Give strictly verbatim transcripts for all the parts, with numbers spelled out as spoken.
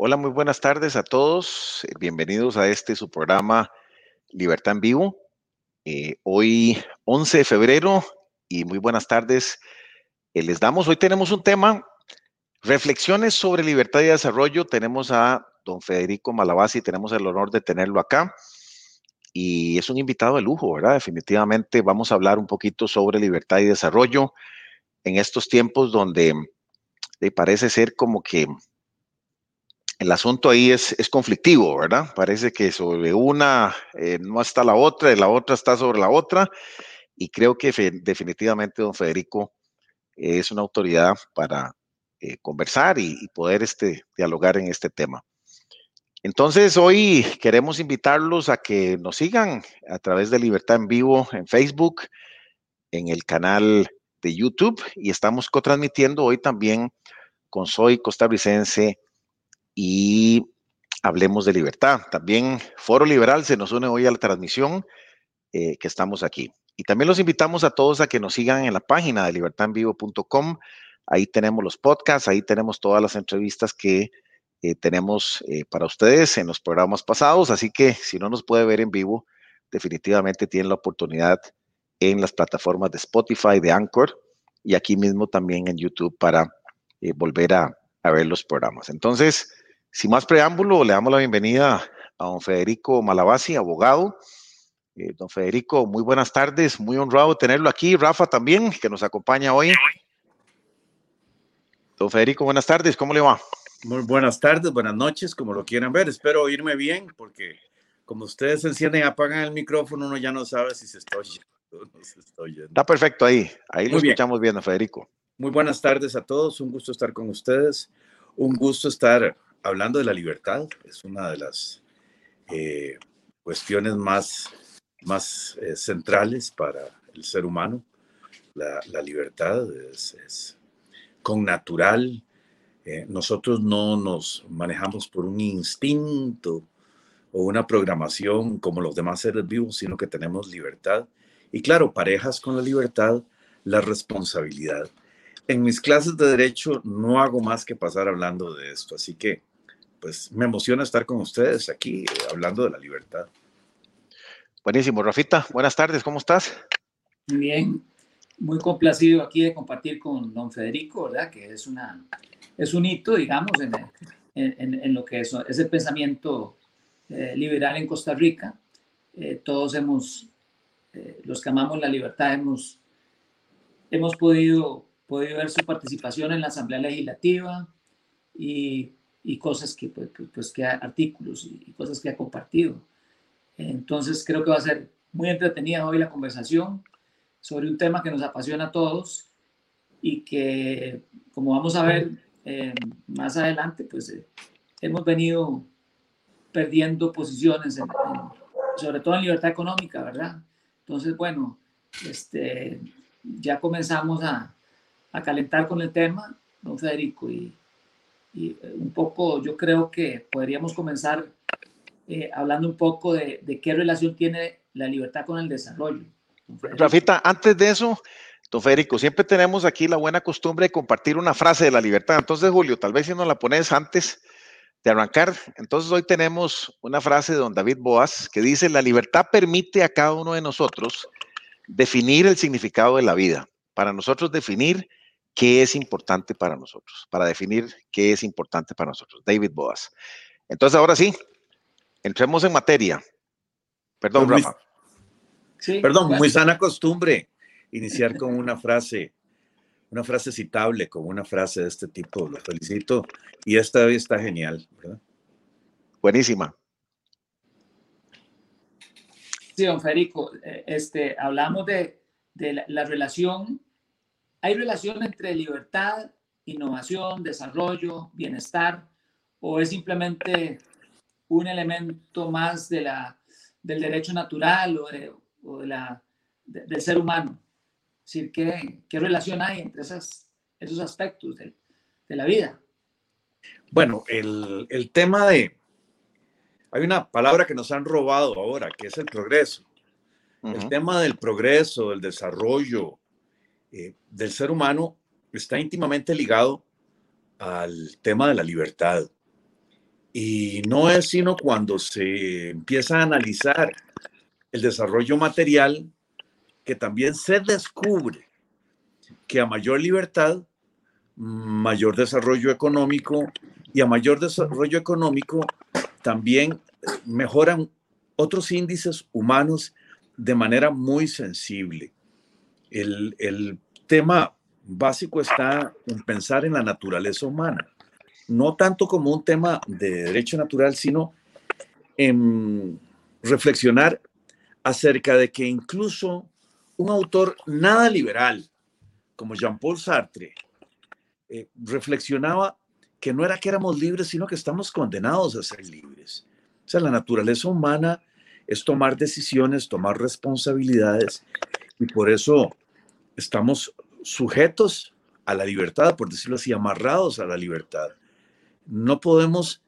Hola, muy buenas tardes a todos. Eh, Bienvenidos a este su programa Libertad en Vivo. Eh, hoy once de febrero y muy buenas tardes. Eh, les damos, hoy tenemos un tema, reflexiones sobre libertad y desarrollo. Tenemos a don Federico Malabasi, tenemos el honor de tenerlo acá y es un invitado de lujo, ¿verdad? Definitivamente vamos a hablar un poquito sobre libertad y desarrollo en estos tiempos donde eh, parece ser como que el asunto ahí es, es conflictivo, ¿verdad? Parece que sobre una eh, no está la otra, y la otra está sobre la otra, y creo que fe, definitivamente don Federico eh, es una autoridad para eh, conversar y, y poder este, dialogar en este tema. Entonces, hoy queremos invitarlos a que nos sigan a través de Libertad en Vivo en Facebook, en el canal de YouTube, y estamos cotransmitiendo hoy también con Soy Costarricense y Hablemos de Libertad. También Foro Liberal se nos une hoy a la transmisión eh, que estamos aquí. Y también los invitamos a todos a que nos sigan en la página de libertad en vivo punto com. Ahí tenemos los podcasts, ahí tenemos todas las entrevistas que eh, tenemos eh, para ustedes en los programas pasados. Así que si no nos puede ver en vivo, definitivamente tienen la oportunidad en las plataformas de Spotify, de Anchor y aquí mismo también en YouTube para eh, volver a, a ver los programas. Entonces, sin más preámbulo, le damos la bienvenida a don Federico Malabasi, abogado. Eh, don Federico, muy buenas tardes, muy honrado tenerlo aquí. Rafa también, que nos acompaña hoy. Don Federico, buenas tardes, ¿cómo le va? Muy buenas tardes, buenas noches, como lo quieran ver. Espero oírme bien, porque como ustedes encienden y apagan el micrófono, uno ya no sabe si se está oyendo o no se está oyendo. Está perfecto ahí, ahí lo Muy bien. escuchamos bien, don Federico. Muy buenas tardes a todos, un gusto estar con ustedes, un gusto estar hablando de la libertad. Es una de las eh, cuestiones más, más eh, centrales para el ser humano. La, la libertad es, es connatural. Eh, nosotros no nos manejamos por un instinto o una programación como los demás seres vivos, sino que tenemos libertad. Y claro, parejas con la libertad, la responsabilidad. En mis clases de Derecho no hago más que pasar hablando de esto, así que pues me emociona estar con ustedes aquí eh, hablando de la libertad. Buenísimo, Rafita, buenas tardes, ¿cómo estás? Muy bien, muy complacido aquí de compartir con don Federico, ¿verdad? Que es, una, es un hito, digamos, en, en, en lo que es, es el pensamiento eh, liberal en Costa Rica. Eh, todos hemos, eh, los que amamos la libertad, hemos, hemos podido, podido ver su participación en la Asamblea Legislativa y, y cosas que, pues, pues, que artículos y, y cosas que ha compartido. Entonces creo que va a ser muy entretenida hoy la conversación sobre un tema que nos apasiona a todos y que, como vamos a ver eh, más adelante, pues eh, hemos venido perdiendo posiciones, en, en, sobre todo en libertad económica, ¿verdad? Entonces, bueno, este, ya comenzamos a, a calentar con el tema, don Federico, y, y un poco yo creo que podríamos comenzar eh, hablando un poco de, de qué relación tiene la libertad con el desarrollo. Rafita, antes de eso, don Federico, siempre tenemos aquí la buena costumbre de compartir una frase de la libertad. Entonces, Julio, tal vez si nos la pones antes de arrancar. Entonces, hoy tenemos una frase de don David Boas que dice: la libertad permite a cada uno de nosotros definir el significado de la vida. Para nosotros definir qué es importante para nosotros. Para definir qué es importante para nosotros. David Boas. Entonces, ahora sí, entremos en materia. Perdón, Pues Rafa. muy, sí, perdón, bueno. Muy sana costumbre iniciar con una frase, una frase citable, con una frase de este tipo. Lo felicito y esta vez está genial, ¿verdad? Buenísima. Sí, don Federico, este, hablamos de, de la, la relación. ¿Hay relación entre libertad, innovación, desarrollo, bienestar, o es simplemente un elemento más de la, del derecho natural o, de, o de la, de, del ser humano? Es decir, ¿qué, qué relación hay entre esas, esos aspectos de, de la vida? Bueno, el, el tema de... Hay una palabra que nos han robado ahora, que es el progreso. Uh-huh. El tema del progreso, del desarrollo eh, del ser humano está íntimamente ligado al tema de la libertad. Y no es sino cuando se empieza a analizar el desarrollo material que también se descubre que a mayor libertad, mayor desarrollo económico, y a mayor desarrollo económico también mejoran otros índices humanos de manera muy sensible. El, el tema básico está en pensar en la naturaleza humana, no tanto como un tema de derecho natural, sino en reflexionar acerca de que incluso un autor nada liberal como Jean-Paul Sartre eh, reflexionaba que no era que éramos libres, sino que estamos condenados a ser libres. O sea, la naturaleza humana es tomar decisiones, tomar responsabilidades, y por eso estamos sujetos a la libertad, por decirlo así, amarrados a la libertad. No podemos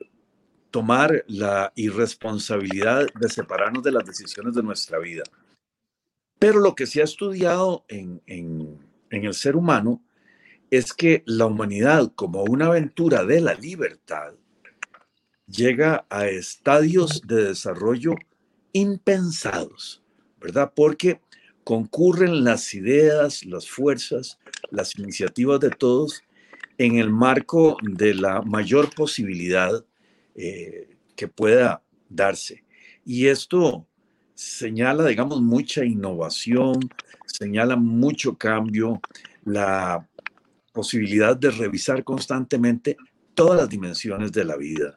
tomar la irresponsabilidad de separarnos de las decisiones de nuestra vida. Pero lo que se ha estudiado en, en, en el ser humano es que la humanidad, como una aventura de la libertad, llega a estadios de desarrollo impensados, ¿verdad? Porque concurren las ideas, las fuerzas, las iniciativas de todos en el marco de la mayor posibilidad eh, que pueda darse. Y esto señala, digamos, mucha innovación, señala mucho cambio, la posibilidad de revisar constantemente todas las dimensiones de la vida.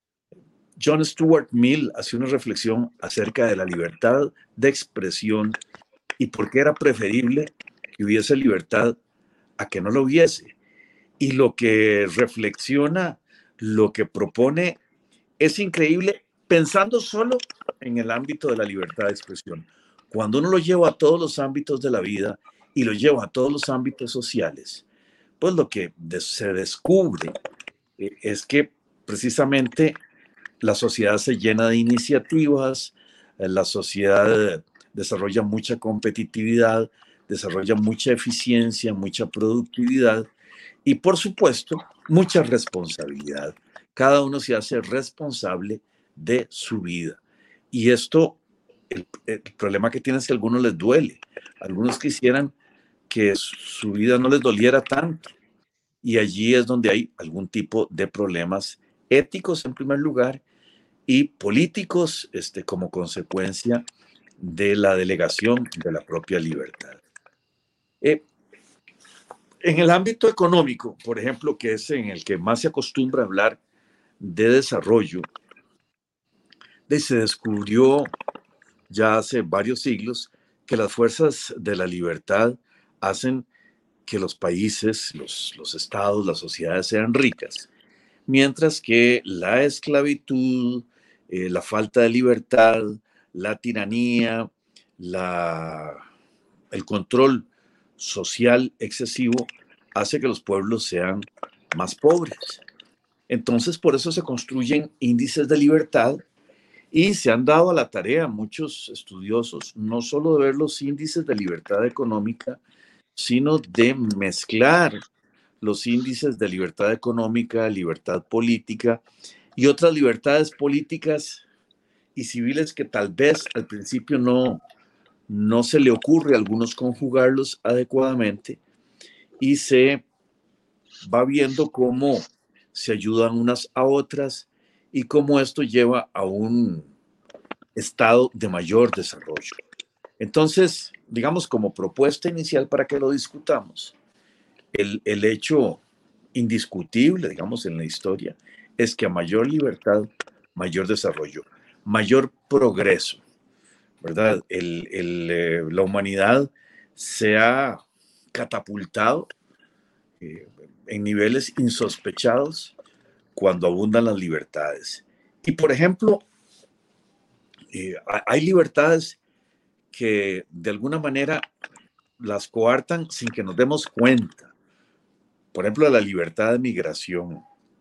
John Stuart Mill hace una reflexión acerca de la libertad de expresión y por qué era preferible que hubiese libertad a que no lo hubiese. Y lo que reflexiona, lo que propone, es increíble pensando solo en el ámbito de la libertad de expresión. Cuando uno lo lleva a todos los ámbitos de la vida y lo lleva a todos los ámbitos sociales, pues lo que se descubre es que precisamente la sociedad se llena de iniciativas, la sociedad desarrolla mucha competitividad, desarrolla mucha eficiencia, mucha productividad y, por supuesto, mucha responsabilidad. Cada uno se hace responsable de su vida. Y esto, el, el problema que tiene es que a algunos les duele. Algunos quisieran que su vida no les doliera tanto. Y allí es donde hay algún tipo de problemas éticos en primer lugar y políticos este, como consecuencia de la delegación de la propia libertad. Eh, en el ámbito económico, por ejemplo, que es en el que más se acostumbra a hablar de desarrollo, de, se descubrió ya hace varios siglos que las fuerzas de la libertad hacen que los países, los, los estados, las sociedades sean ricas, mientras que la esclavitud, eh, la falta de libertad, la tiranía, la, el control social excesivo hace que los pueblos sean más pobres. Entonces, por eso se construyen índices de libertad y se han dado a la tarea muchos estudiosos, no solo de ver los índices de libertad económica, sino de mezclar los índices de libertad económica, libertad política y otras libertades políticas y civiles que tal vez al principio no, no se le ocurre a algunos conjugarlos adecuadamente, y se va viendo cómo se ayudan unas a otras y cómo esto lleva a un estado de mayor desarrollo. Entonces, digamos, como propuesta inicial para que lo discutamos, el, el hecho indiscutible, digamos, en la historia, es que a mayor libertad, mayor desarrollo, mayor progreso, ¿verdad? El, el, eh, la humanidad se ha catapultado eh, en niveles insospechados cuando abundan las libertades. Y, por ejemplo, eh, hay libertades que de alguna manera las coartan sin que nos demos cuenta. Por ejemplo, la libertad de migración.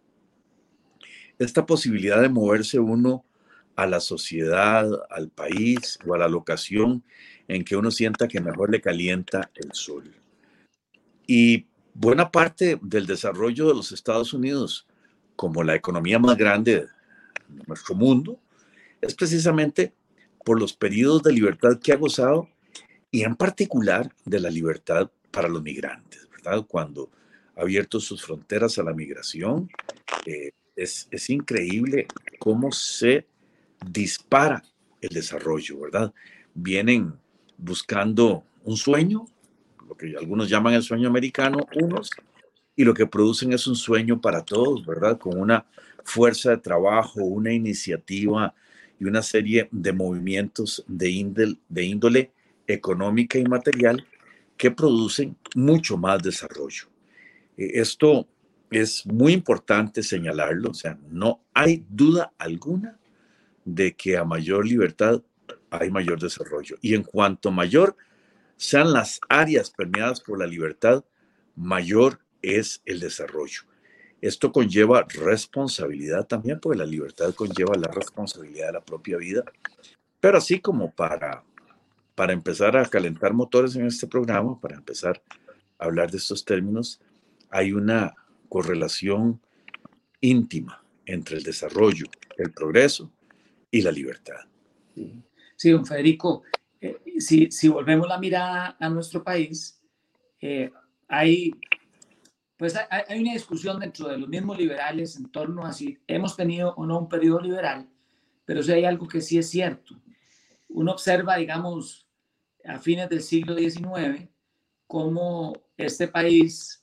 Esta posibilidad de moverse uno a la sociedad, al país o a la locación en que uno sienta que mejor le calienta el sol. Y buena parte del desarrollo de los Estados Unidos como la economía más grande de nuestro mundo, es precisamente por los periodos de libertad que ha gozado y en particular de la libertad para los migrantes, ¿verdad? Cuando ha abierto sus fronteras a la migración, eh, es, es increíble cómo se dispara el desarrollo, ¿verdad? Vienen buscando un sueño, lo que algunos llaman el sueño americano, unos, y lo que producen es un sueño para todos, ¿verdad? Con una fuerza de trabajo, una iniciativa y una serie de movimientos de índole, de índole económica y material que producen mucho más desarrollo. Eh, Esto es muy importante señalarlo, o sea, no hay duda alguna de que a mayor libertad hay mayor desarrollo. Y en cuanto mayor sean las áreas permeadas por la libertad, mayor es el desarrollo. Esto conlleva responsabilidad también, porque la libertad conlleva la responsabilidad de la propia vida. Pero así como para, para empezar a calentar motores en este programa, para empezar a hablar de estos términos, hay una correlación íntima entre el desarrollo, el progreso y la libertad. Sí, sí, don Federico, eh, si, si volvemos la mirada a nuestro país, eh, hay, pues hay, hay una discusión dentro de los mismos liberales en torno a si hemos tenido o no un periodo liberal, pero sí hay algo que sí es cierto. Uno observa, digamos, a fines del siglo diecinueve, cómo este país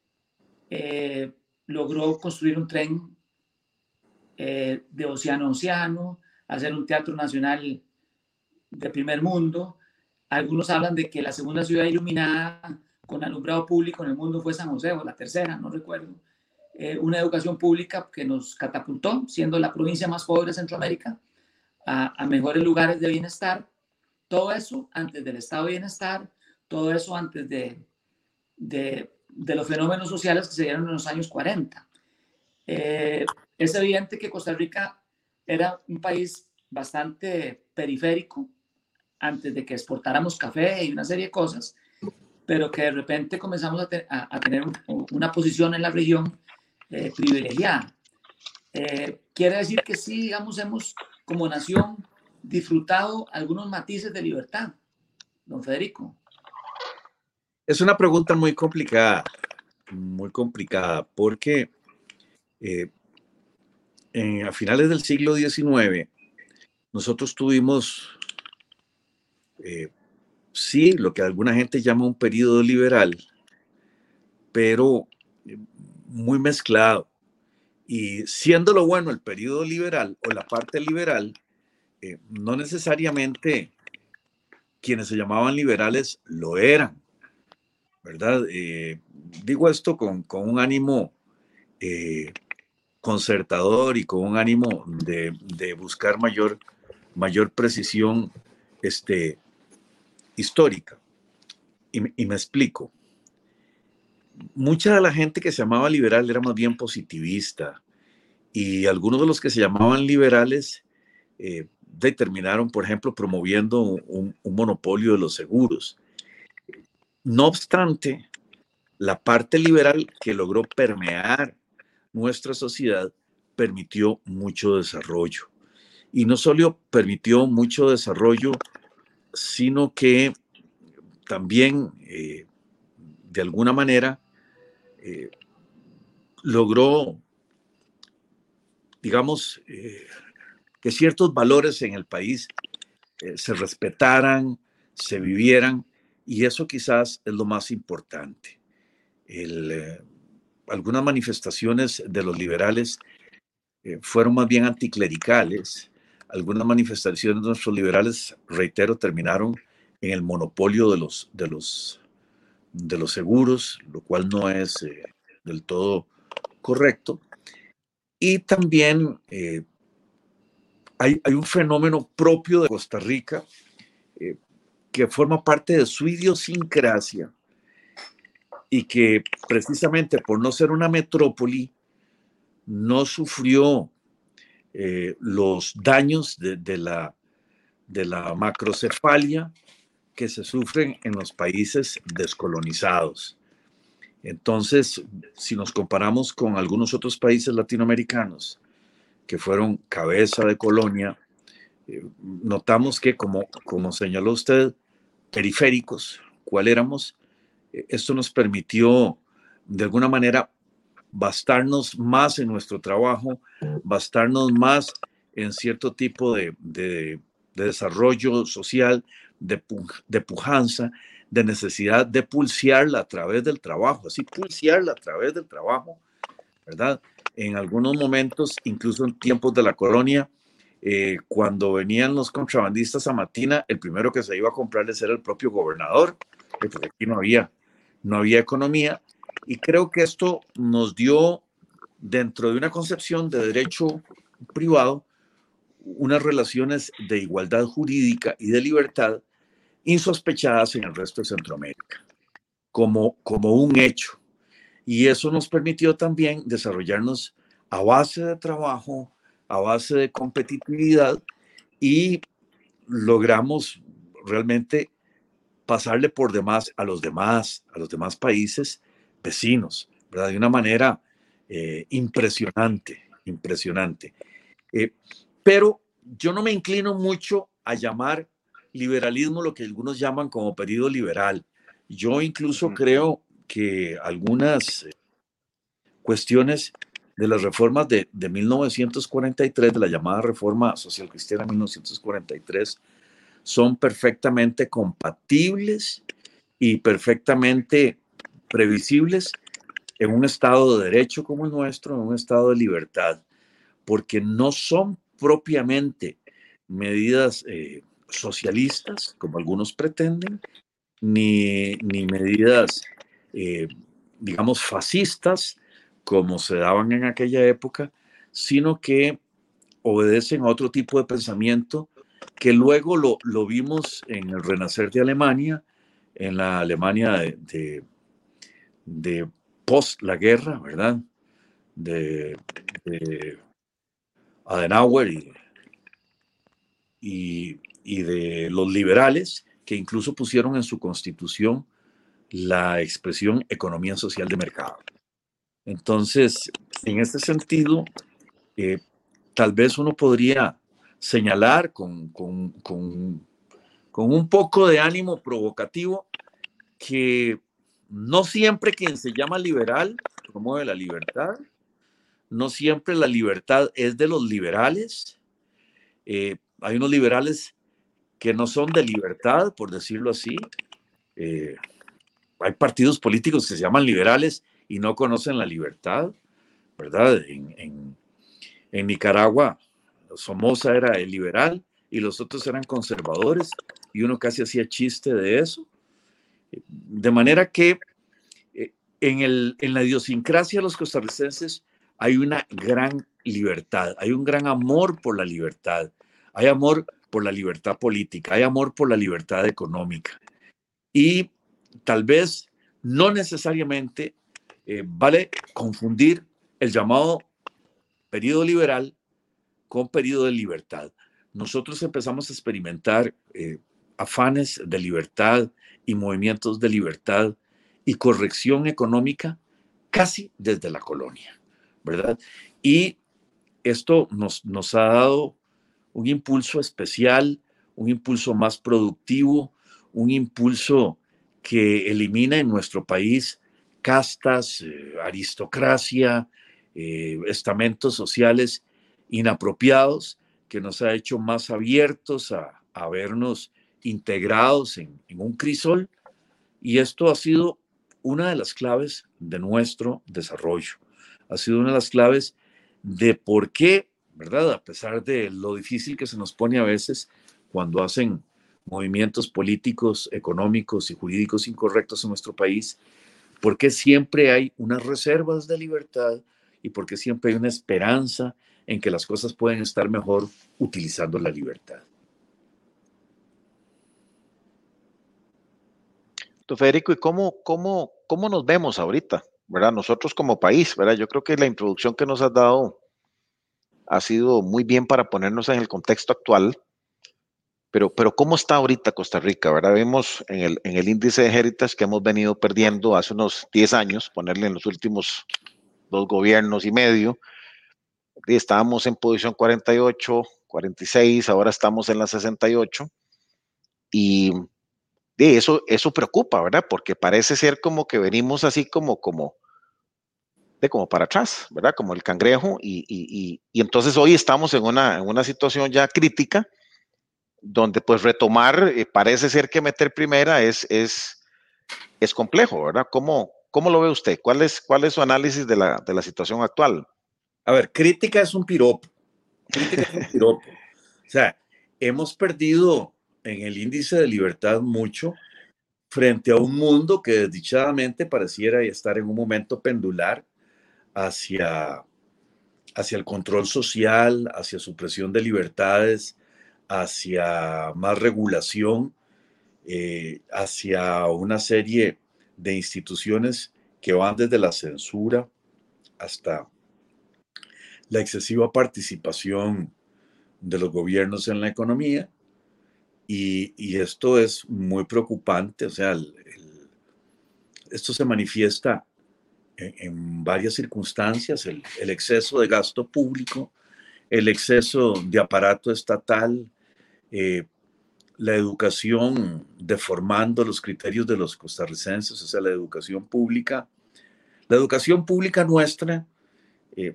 eh, logró construir un tren eh, de océano a océano, hacer un teatro nacional de primer mundo. Algunos hablan de que la segunda ciudad iluminada con alumbrado público en el mundo fue San José, o la tercera, no recuerdo. Eh, una educación pública que nos catapultó, siendo la provincia más pobre de Centroamérica, a, a mejores lugares de bienestar. Todo eso antes del estado de bienestar, todo eso antes de, de, de los fenómenos sociales que se dieron en los años cuarenta. Eh, es evidente que Costa Rica era un país bastante periférico antes de que exportáramos café y una serie de cosas, pero que de repente comenzamos a, te, a, a tener un, una posición en la región eh, privilegiada. Eh, quiere decir que sí, digamos, hemos como nación disfrutado algunos matices de libertad, don Federico. Es una pregunta muy complicada, muy complicada, porque eh, en, a finales del siglo diecinueve nosotros tuvimos, eh, sí, lo que alguna gente llama un periodo liberal, pero muy mezclado. Y siendo lo bueno el periodo liberal o la parte liberal, eh, no necesariamente quienes se llamaban liberales lo eran, ¿verdad? Eh, digo esto con, con un ánimo eh, concertador y con un ánimo de, de buscar mayor, mayor precisión este, histórica. Y, y me explico. Mucha de la gente que se llamaba liberal era más bien positivista, y algunos de los que se llamaban liberales eh, determinaron, por ejemplo, promoviendo un, un monopolio de los seguros. No obstante, la parte liberal que logró permear nuestra sociedad permitió mucho desarrollo. Y no solo permitió mucho desarrollo, sino que también, eh, de alguna manera, eh, logró, digamos, eh, que ciertos valores en el país eh, se respetaran, se vivieran, y eso quizás es lo más importante. El, eh, algunas manifestaciones de los liberales eh, fueron más bien anticlericales. Algunas manifestaciones de nuestros liberales, reitero, terminaron en el monopolio de los, de los, de los seguros, lo cual no es eh, del todo correcto. Y también eh, hay, hay un fenómeno propio de Costa Rica eh, que forma parte de su idiosincrasia y que precisamente por no ser una metrópoli no sufrió eh, los daños de, de, la, de la macrocefalia que se sufren en los países descolonizados. Entonces, si nos comparamos con algunos otros países latinoamericanos que fueron cabeza de colonia, eh, notamos que, como, como señaló usted, periféricos, ¿cuál éramos? Eh, esto nos permitió, de alguna manera, bastarnos más en nuestro trabajo, bastarnos más en cierto tipo de, de, de desarrollo social, de, de pujanza, de necesidad de pulsearla a través del trabajo, así pulsearla a través del trabajo, ¿verdad? En algunos momentos, incluso en tiempos de la colonia, eh, cuando venían los contrabandistas a Matina, el primero que se iba a comprarles era el propio gobernador, porque aquí no había, no había economía, y creo que esto nos dio, dentro de una concepción de derecho privado, unas relaciones de igualdad jurídica y de libertad insospechadas en el resto de Centroamérica, como, como un hecho. Y eso nos permitió también desarrollarnos a base de trabajo, a base de competitividad, y logramos realmente pasarle por demás a los demás, a los demás países vecinos, ¿verdad? De una manera eh, impresionante, impresionante. Eh, pero yo no me inclino mucho a llamar liberalismo lo que algunos llaman como periodo liberal. Yo incluso uh-huh. creo que algunas cuestiones de las reformas de, de mil novecientos cuarenta y tres, de la llamada reforma social cristiana de mil novecientos cuarenta y tres, son perfectamente compatibles y perfectamente previsibles en un estado de derecho como el nuestro, en un estado de libertad, porque no son propiamente medidas eh, socialistas, como algunos pretenden, ni, ni medidas, eh, digamos, fascistas, como se daban en aquella época, sino que obedecen a otro tipo de pensamiento que luego lo, lo vimos en el renacer de Alemania, en la Alemania de, de, de post la guerra, ¿verdad? De, de Adenauer y, y, y de los liberales, que incluso pusieron en su constitución la expresión economía social de mercado. Entonces, en este sentido, eh, tal vez uno podría señalar con, con, con, con un poco de ánimo provocativo que no siempre quien se llama liberal promueve la libertad, no siempre la libertad es de los liberales. Eh, hay unos liberales que no son de libertad, por decirlo así. Eh, hay partidos políticos que se llaman liberales y no conocen la libertad, ¿verdad? En, en, en Nicaragua, Somoza era el liberal y los otros eran conservadores, y uno casi hacía chiste de eso. De manera que eh, en, el, en la idiosincrasia de los costarricenses hay una gran libertad, hay un gran amor por la libertad, hay amor por la libertad política, hay amor por la libertad económica. Y tal vez no necesariamente eh, vale confundir el llamado periodo liberal con periodo de libertad. Nosotros empezamos a experimentar eh, afanes de libertad y movimientos de libertad y corrección económica casi desde la colonia, ¿verdad? Y esto nos, nos ha dado un impulso especial, un impulso más productivo, un impulso que elimina en nuestro país castas, eh, aristocracia, eh, estamentos sociales inapropiados, que nos ha hecho más abiertos a, a vernos integrados en, en un crisol, y esto ha sido una de las claves de nuestro desarrollo, ha sido una de las claves de por qué, ¿verdad? A pesar de lo difícil que se nos pone a veces cuando hacen movimientos políticos, económicos y jurídicos incorrectos en nuestro país, por qué siempre hay unas reservas de libertad y por qué siempre hay una esperanza en que las cosas pueden estar mejor utilizando la libertad. Don Federico, ¿y cómo, cómo, cómo nos vemos ahorita, verdad? Nosotros como país, ¿verdad? Yo creo que la introducción que nos has dado ha sido muy bien para ponernos en el contexto actual, Pero, pero ¿cómo está ahorita Costa Rica? ¿Verdad? Vemos en el, en el índice de Heritage que hemos venido perdiendo hace unos diez años, ponerle en los últimos dos gobiernos y medio. Y estábamos en posición cuarenta y ocho, cuarenta y seis, ahora estamos en la sesenta y ocho. Y de eso, eso preocupa, ¿verdad? Porque parece ser como que venimos así como, como, de como para atrás, ¿verdad? Como el cangrejo. Y, y, y, y entonces hoy estamos en una, en una situación ya crítica donde pues retomar, eh, parece ser que meter primera es, es, es complejo, ¿verdad? ¿Cómo, cómo lo ve usted? ¿Cuál es, cuál es su análisis de la, de la situación actual? A ver, crítica es un piropo. Crítica es un piropo. O sea, hemos perdido en el índice de libertad mucho frente a un mundo que desdichadamente pareciera estar en un momento pendular hacia, hacia el control social, hacia supresión de libertades, hacia más regulación, eh, hacia una serie de instituciones que van desde la censura hasta la excesiva participación de los gobiernos en la economía. Y, y esto es muy preocupante. O sea, el, el, esto se manifiesta en, en varias circunstancias: el, el exceso de gasto público, el exceso de aparato estatal, eh, la educación deformando los criterios de los costarricenses, o sea, la educación pública. La educación pública nuestra eh,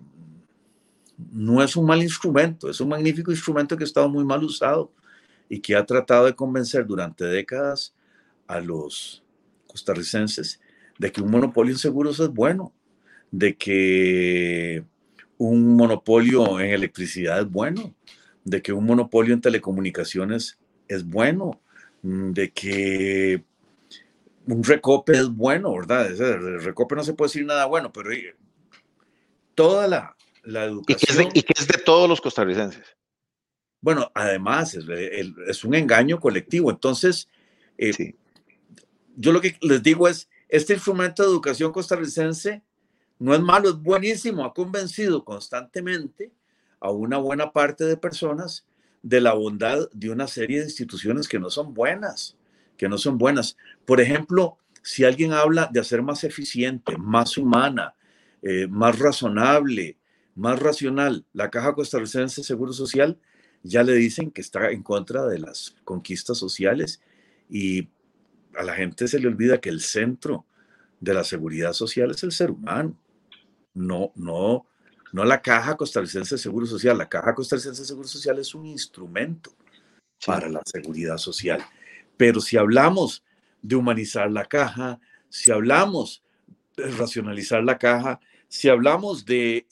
no es un mal instrumento, es un magnífico instrumento que ha estado muy mal usado y que ha tratado de convencer durante décadas a los costarricenses de que un monopolio en seguros es bueno, de que un monopolio en electricidad es bueno, de que un monopolio en telecomunicaciones es bueno, de que un recope es bueno, ¿verdad? El recope no se puede decir nada bueno, pero toda la, la ¿Y que, es de, educación... y que es de todos los costarricenses? Bueno, además es, es un engaño colectivo. Entonces, eh, Sí. yo lo que les digo es, este instrumento de educación costarricense no es malo, es buenísimo. Ha convencido constantemente a una buena parte de personas de la bondad de una serie de instituciones que no son buenas, que no son buenas. Por ejemplo, si alguien habla de hacer más eficiente, más humana, eh, más razonable, más racional la Caja Costarricense de Seguro Social, ya le dicen que está en contra de las conquistas sociales, y a la gente se le olvida que el centro de la seguridad social es el ser humano, no, no, no la Caja Costarricense de Seguro Social. La Caja Costarricense de Seguro Social es un instrumento Sí. para la seguridad social. Pero si hablamos de humanizar la caja, si hablamos de racionalizar la caja, si hablamos de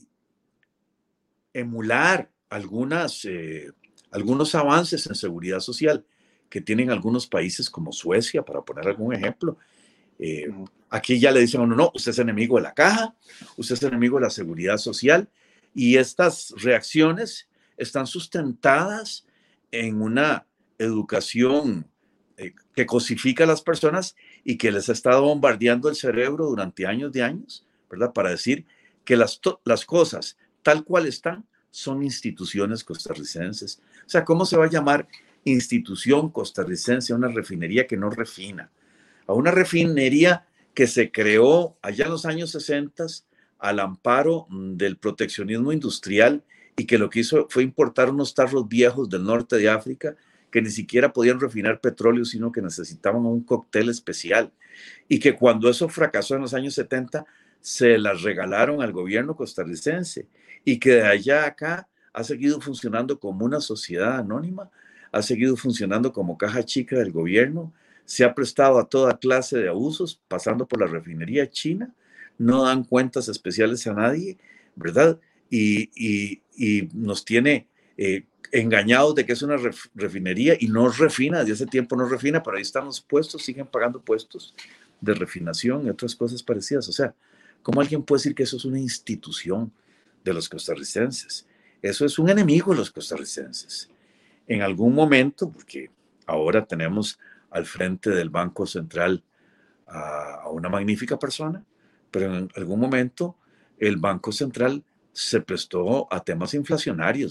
emular algunas, eh, algunos avances en seguridad social que tienen algunos países como Suecia, para poner algún ejemplo, eh, Uh-huh. aquí ya le dicen a uno, no, usted es enemigo de la caja, usted es enemigo de la seguridad social, y estas reacciones están sustentadas en una educación eh, que cosifica a las personas y que les ha estado bombardeando el cerebro durante años de años, ¿verdad? Para decir que las, las cosas tal cual están son instituciones costarricenses. O sea, ¿cómo se va a llamar institución costarricense a una refinería que no refina? A una refinería que se creó allá en los años sesenta al amparo del proteccionismo industrial, y que lo que hizo fue importar unos tarros viejos del norte de África que ni siquiera podían refinar petróleo, sino que necesitaban un cóctel especial, y que cuando eso fracasó en los años setenta se las regalaron al gobierno costarricense, y que de allá a acá ha seguido funcionando como una sociedad anónima, ha seguido funcionando como caja chica del gobierno, se ha prestado a toda clase de abusos, pasando por la refinería china, no dan cuentas especiales a nadie, ¿verdad? Y, y, y nos tiene eh, engañados de que es una ref, refinería, y no refina, desde hace tiempo no refina, pero ahí están los puestos, siguen pagando puestos de refinación y otras cosas parecidas. O sea, ¿cómo alguien puede decir que eso es una institución de los costarricenses? Eso es un enemigo de los costarricenses. En algún momento, porque ahora tenemos al frente del Banco Central a, a una magnífica persona, pero en algún momento el Banco Central se prestó a temas inflacionarios.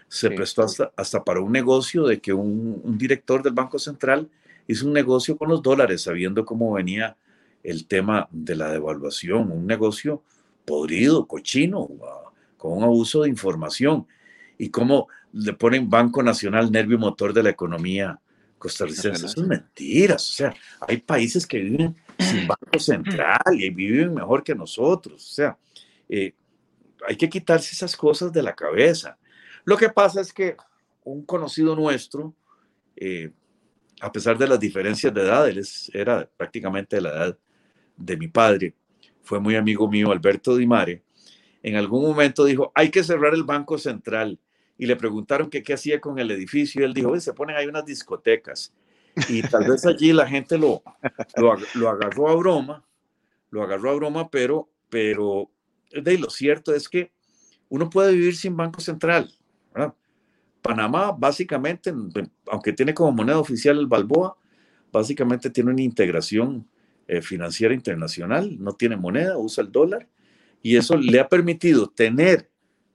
se Sí. prestó hasta, hasta para un negocio de que un, un director del Banco Central hizo un negocio con los dólares, sabiendo cómo venía el tema de la devaluación, un negocio podrido, cochino, uh, con un abuso de información, y cómo le ponen Banco Nacional, nervio motor de la economía costarricense. Eso es mentiras. O sea, hay países que viven sin Banco Central y viven mejor que nosotros. O sea, eh, hay que quitarse esas cosas de la cabeza. Lo que pasa es que un conocido nuestro, eh, a pesar de las diferencias de edad, él es, era prácticamente de la edad de mi padre, fue muy amigo mío, Alberto Di Mare, en algún momento dijo, hay que cerrar el Banco Central. Y le preguntaron que qué hacía con el edificio, y él dijo, se ponen ahí unas discotecas. Y tal vez allí la gente lo, lo, lo agarró a broma, lo agarró a broma, pero, pero de lo cierto es que uno puede vivir sin Banco Central, ¿verdad? Panamá, básicamente, aunque tiene como moneda oficial el Balboa, básicamente tiene una integración eh, financiera internacional, no tiene moneda, usa el dólar, y eso le ha permitido tener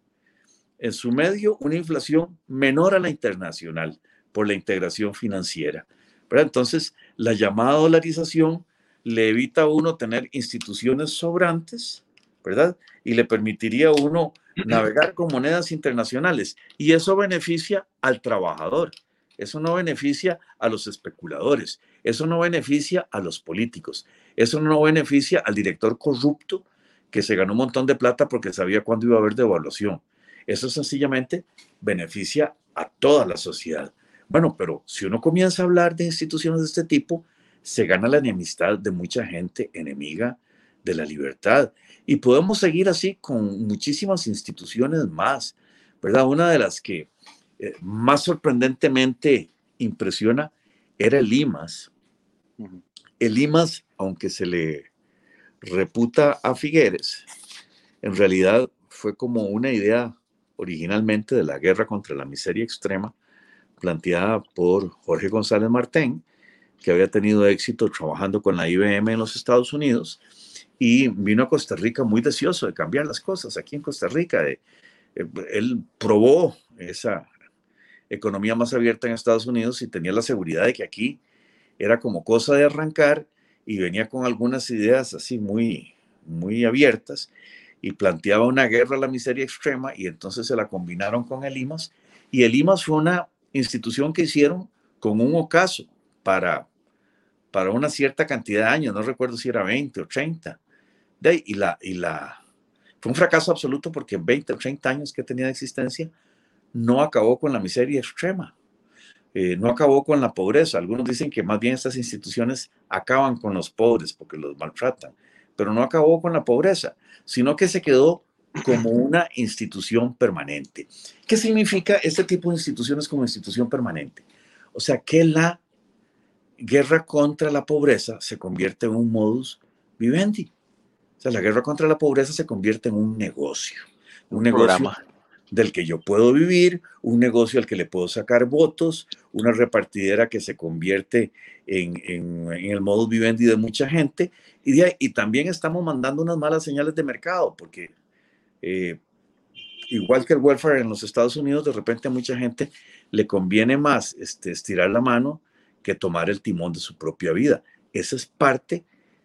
en su medio una inflación menor a la internacional por la integración financiera, ¿verdad? Entonces, la llamada dolarización le evita a uno tener instituciones sobrantes, ¿verdad? Y le permitiría a uno navegar con monedas internacionales. Y eso beneficia al trabajador. Eso no beneficia a los especuladores. Eso no beneficia a los políticos. Eso no beneficia al director corrupto que se ganó un montón de plata porque sabía cuándo iba a haber devaluación. Eso sencillamente beneficia a toda la sociedad. Bueno, pero si uno comienza a hablar de instituciones de este tipo, se gana la enemistad de mucha gente enemiga de la libertad. Y podemos seguir así con muchísimas instituciones más, ¿verdad? Una de las que eh, más sorprendentemente impresiona era el I M A S. Uh-huh. El I M A S, aunque se le reputa a Figueres, en realidad fue como una idea originalmente de la guerra contra la miseria extrema, planteada por Jorge González Martén, que había tenido éxito trabajando con la I B M en los Estados Unidos, y vino a Costa Rica muy deseoso de cambiar las cosas aquí en Costa Rica. De, eh, él probó esa economía más abierta en Estados Unidos y tenía la seguridad de que aquí era como cosa de arrancar, y venía con algunas ideas así muy, muy abiertas, y planteaba una guerra a la miseria extrema, y entonces se la combinaron con el I M A S, y el I M A S fue una institución que hicieron con un ocaso para, para una cierta cantidad de años, no recuerdo si era veinte o treinta, de ahí, y, la, y la, fue un fracaso absoluto porque en veinte o treinta años que tenía de existencia no acabó con la miseria extrema, eh, no acabó con la pobreza. Algunos dicen que más bien estas instituciones acaban con los pobres porque los maltratan, pero no acabó con la pobreza, sino que se quedó como una institución permanente. ¿Qué significa este tipo de instituciones como institución permanente? O sea, que la guerra contra la pobreza se convierte en un modus vivendi. O sea, la guerra contra la pobreza se convierte en un negocio, un, un negocio programa del que yo puedo vivir, un negocio al que le puedo sacar votos, una repartidera que se convierte en, en, en el modus vivendi de mucha gente, y, de ahí, y también estamos mandando unas malas señales de mercado, porque eh, igual que el welfare en los Estados Unidos, de repente a mucha gente le conviene más este, estirar la mano que tomar el timón de su propia vida. Esa es parte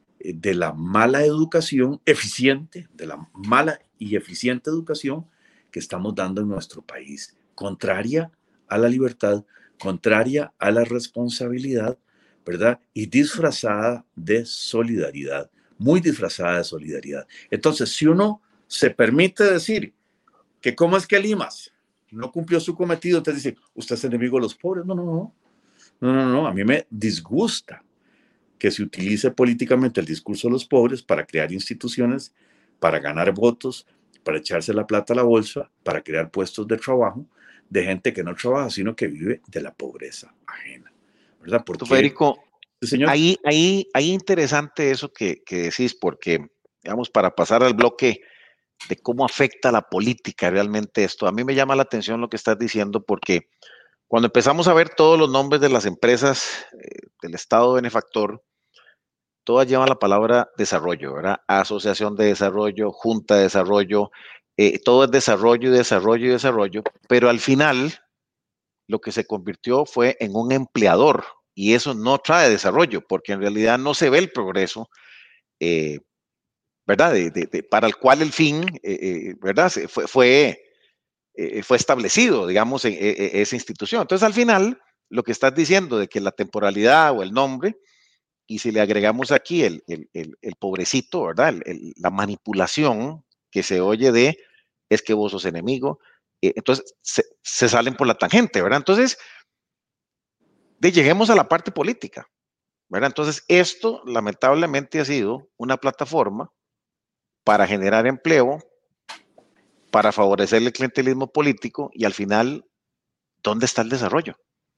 de la mala educación eficiente, de la mala y eficiente educación que estamos dando en nuestro país, contraria a la libertad, contraria a la responsabilidad, ¿verdad? Y disfrazada de solidaridad, muy disfrazada de solidaridad. Entonces, si uno se permite decir que cómo es que el I M A S no cumplió su cometido, entonces dice, usted es enemigo de los pobres. No, no, no, no, no, no, a mí me disgusta que se utilice políticamente el discurso de los pobres para crear instituciones, para ganar votos, para echarse la plata a la bolsa, para crear puestos de trabajo de gente que no trabaja, sino que vive de la pobreza ajena, ¿verdad? Porque, Federico, ¿sí, señor? ahí, ahí, ahí interesante eso que, que decís, porque, digamos, para pasar al bloque de cómo afecta la política realmente esto, a mí me llama la atención lo que estás diciendo, porque cuando empezamos a ver todos los nombres de las empresas eh, del Estado benefactor, todas llevan la palabra desarrollo, ¿verdad? Asociación de Desarrollo, Junta de Desarrollo, eh, todo es desarrollo y desarrollo y desarrollo, pero al final lo que se convirtió fue en un empleador y eso no trae desarrollo porque en realidad no se ve el progreso, eh, ¿verdad? De, de, de, para el cual el fin, eh, eh, ¿verdad? Fue, fue, eh, fue establecido, digamos, en, en, en esa institución. Entonces, al final, lo que estás diciendo de que la temporalidad o el nombre, y si le agregamos aquí el, el, el, el pobrecito, ¿verdad? El, el, la manipulación que se oye de es que vos sos enemigo, eh, entonces se, se, salen por la tangente, ¿verdad? Entonces, de, lleguemos a la parte política, ¿verdad? Entonces, esto lamentablemente ha sido una plataforma para generar empleo, para favorecer el clientelismo político y al final, ¿dónde está el desarrollo?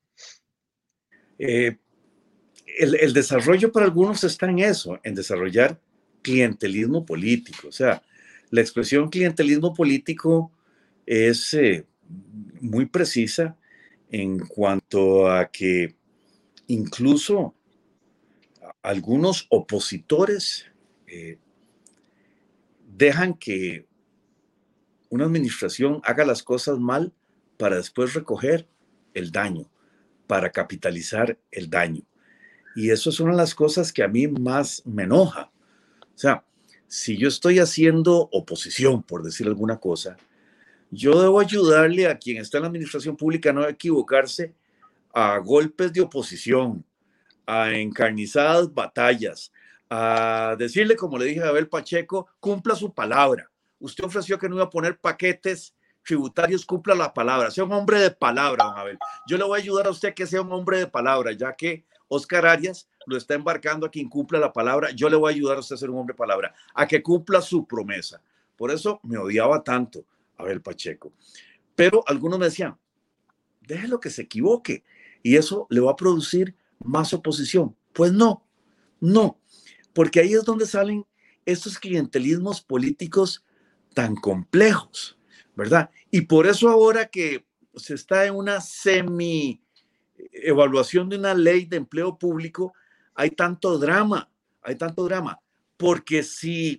Eh, el, el desarrollo para algunos está en eso, en desarrollar clientelismo político. O sea, la expresión clientelismo político es eh, muy precisa en cuanto a que incluso algunos opositores eh, dejan que una administración haga las cosas mal para después recoger el daño, para capitalizar el daño. Y eso es una de las cosas que a mí más me enoja. O sea, si yo estoy haciendo oposición, por decir alguna cosa, yo debo ayudarle a quien está en la administración pública a no equivocarse a golpes de oposición, a encarnizadas batallas, a decirle, como le dije a Abel Pacheco, cumpla su palabra. Usted ofreció que no iba a poner paquetes tributarios, cumpla la palabra. Sea un hombre de palabra, don Abel. Yo le voy a ayudar a usted a que sea un hombre de palabra, ya que Oscar Arias lo está embarcando a que incumpla la palabra. Yo le voy a ayudar a usted a ser un hombre de palabra, a que cumpla su promesa. Por eso me odiaba tanto Abel Pacheco. Pero algunos me decían, déjelo que se equivoque y eso le va a producir más oposición. Pues no, no, porque ahí es donde salen estos clientelismos políticos tan complejos, ¿verdad? Y por eso ahora que se está en una semi evaluación de una ley de empleo público, hay tanto drama, hay tanto drama, porque si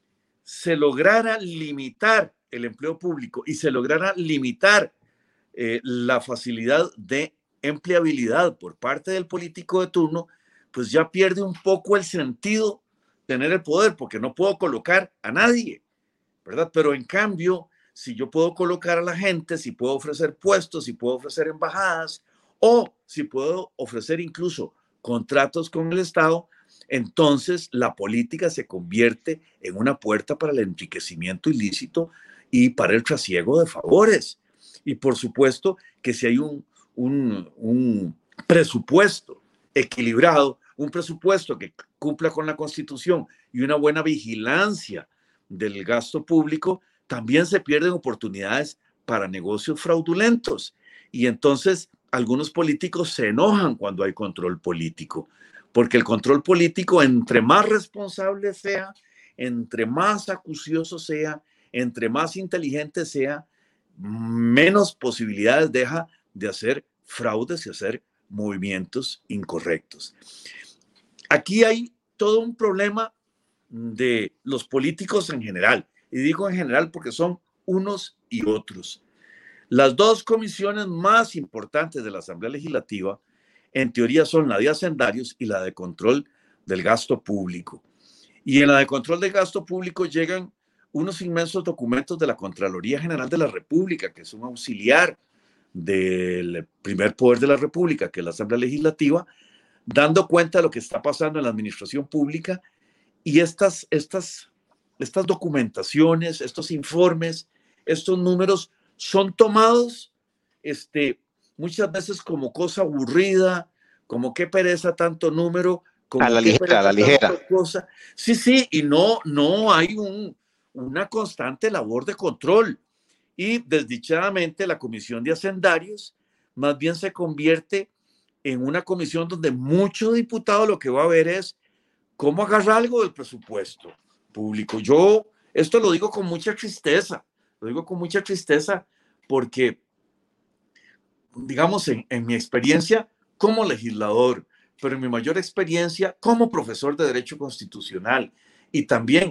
se lograra limitar el empleo público y se lograra limitar eh, la facilidad de empleabilidad por parte del político de turno, pues ya pierde un poco el sentido tener el poder, porque no puedo colocar a nadie, ¿verdad? Pero en cambio, si yo puedo colocar a la gente, si puedo ofrecer puestos, si puedo ofrecer embajadas, o si puedo ofrecer incluso contratos con el Estado, entonces la política se convierte en una puerta para el enriquecimiento ilícito y para el trasiego de favores. Y por supuesto que si hay un, un, un presupuesto equilibrado, un presupuesto que cumpla con la Constitución y una buena vigilancia del gasto público, también se pierden oportunidades para negocios fraudulentos. Y entonces algunos políticos se enojan cuando hay control político, porque el control político, entre más responsable sea, entre más acucioso sea, entre más inteligente sea, menos posibilidades deja de hacer fraudes y hacer movimientos incorrectos. Aquí hay todo un problema de los políticos en general, y digo en general porque son unos y otros. Las dos comisiones más importantes de la Asamblea Legislativa, en teoría, son la de hacendarios y la de control del gasto público. Y en la de control del gasto público llegan unos inmensos documentos de la Contraloría General de la República, que es un auxiliar del primer poder de la República, que es la Asamblea Legislativa, dando cuenta de lo que está pasando en la administración pública. Y estas, estas, estas documentaciones, estos informes, estos números son tomados este, muchas veces como cosa aburrida, como qué pereza tanto número, como a la qué ligera, pereza a la ligera. cosa. Sí, sí, y no, no hay un, una constante labor de control. Y desdichadamente la Comisión de Hacendarios más bien se convierte en una comisión donde mucho diputado lo que va a ver es cómo agarrar algo del presupuesto público. Yo esto lo digo con mucha tristeza, lo digo con mucha tristeza porque, digamos, en, en mi experiencia como legislador, pero en mi mayor experiencia como profesor de Derecho Constitucional y también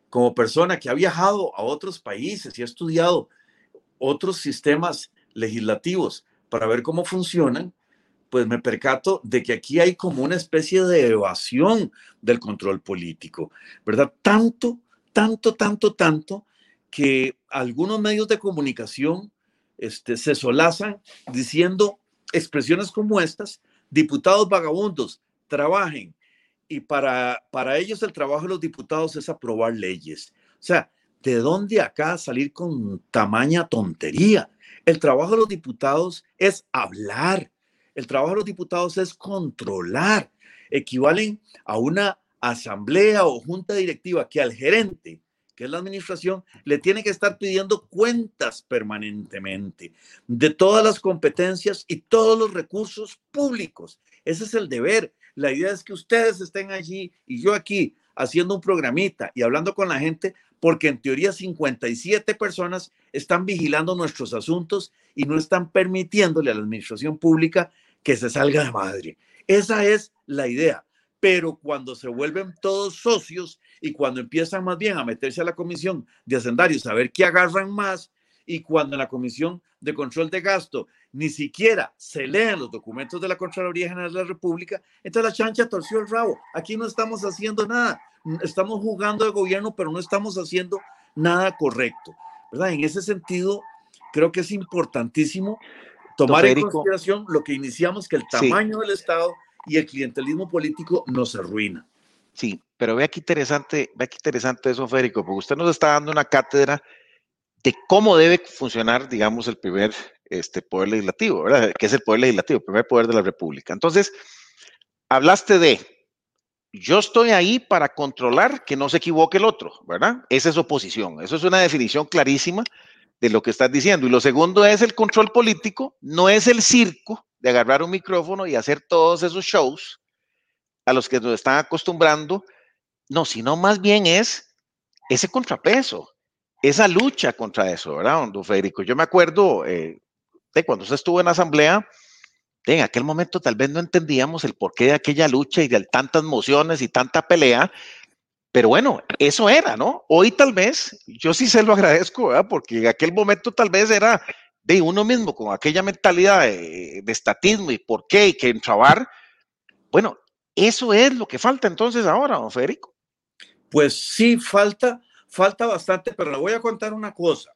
como persona que ha viajado a otros países y ha estudiado otros sistemas legislativos para ver cómo funcionan, pues me percato de que aquí hay como una especie de evasión del control político, ¿verdad? Tanto, tanto, tanto, tanto que algunos medios de comunicación este, se solazan diciendo expresiones como estas: diputados vagabundos, trabajen. Y para, para ellos el trabajo de los diputados es aprobar leyes. O sea, ¿de dónde acá salir con tamaña tontería? El trabajo de los diputados es hablar. El trabajo de los diputados es controlar. Equivalen a una asamblea o junta directiva que al gerente, que es la administración, le tiene que estar pidiendo cuentas permanentemente de todas las competencias y todos los recursos públicos. Ese es el deber. La idea es que ustedes estén allí y yo aquí haciendo un programita y hablando con la gente, porque en teoría cincuenta y siete personas están vigilando nuestros asuntos y no están permitiéndole a la administración pública que se salga de madre. Esa es la idea. Pero cuando se vuelven todos socios y cuando empiezan más bien a meterse a la comisión de hacendarios a ver qué agarran más, y cuando en la comisión de control de gasto ni siquiera se leen los documentos de la Contraloría General de la República, entonces la chancha torció el rabo. Aquí no estamos haciendo nada. Estamos jugando de gobierno, pero no estamos haciendo nada correcto, ¿verdad? En ese sentido, creo que es importantísimo tomar en consideración lo que iniciamos, que el tamaño sí. del Estado y el clientelismo político nos arruina. Sí, pero vea qué interesante, vea qué interesante eso, Federico, porque usted nos está dando una cátedra de cómo debe funcionar, digamos, el primer este, poder legislativo, ¿verdad? Que es el poder legislativo, el primer poder de la República. Entonces, hablaste de, yo estoy ahí para controlar que no se equivoque el otro, ¿verdad? Esa es oposición. Eso es una definición clarísima de lo que estás diciendo. Y lo segundo es el control político, no es el circo de agarrar un micrófono y hacer todos esos shows a los que nos están acostumbrando, no, sino más bien es ese contrapeso, esa lucha contra eso, ¿verdad, don Federico? Yo me acuerdo eh, de cuando usted estuvo en la asamblea, en aquel momento tal vez no entendíamos el porqué de aquella lucha y de tantas mociones y tanta pelea, pero bueno, eso era, ¿no? Hoy tal vez, yo sí se lo agradezco, ¿verdad? Porque en aquel momento tal vez era de uno mismo con aquella mentalidad de, de estatismo y por qué y que entrabar. Bueno, eso es lo que falta entonces ahora, don Federico. Pues sí, falta, falta bastante, pero le voy a contar una cosa.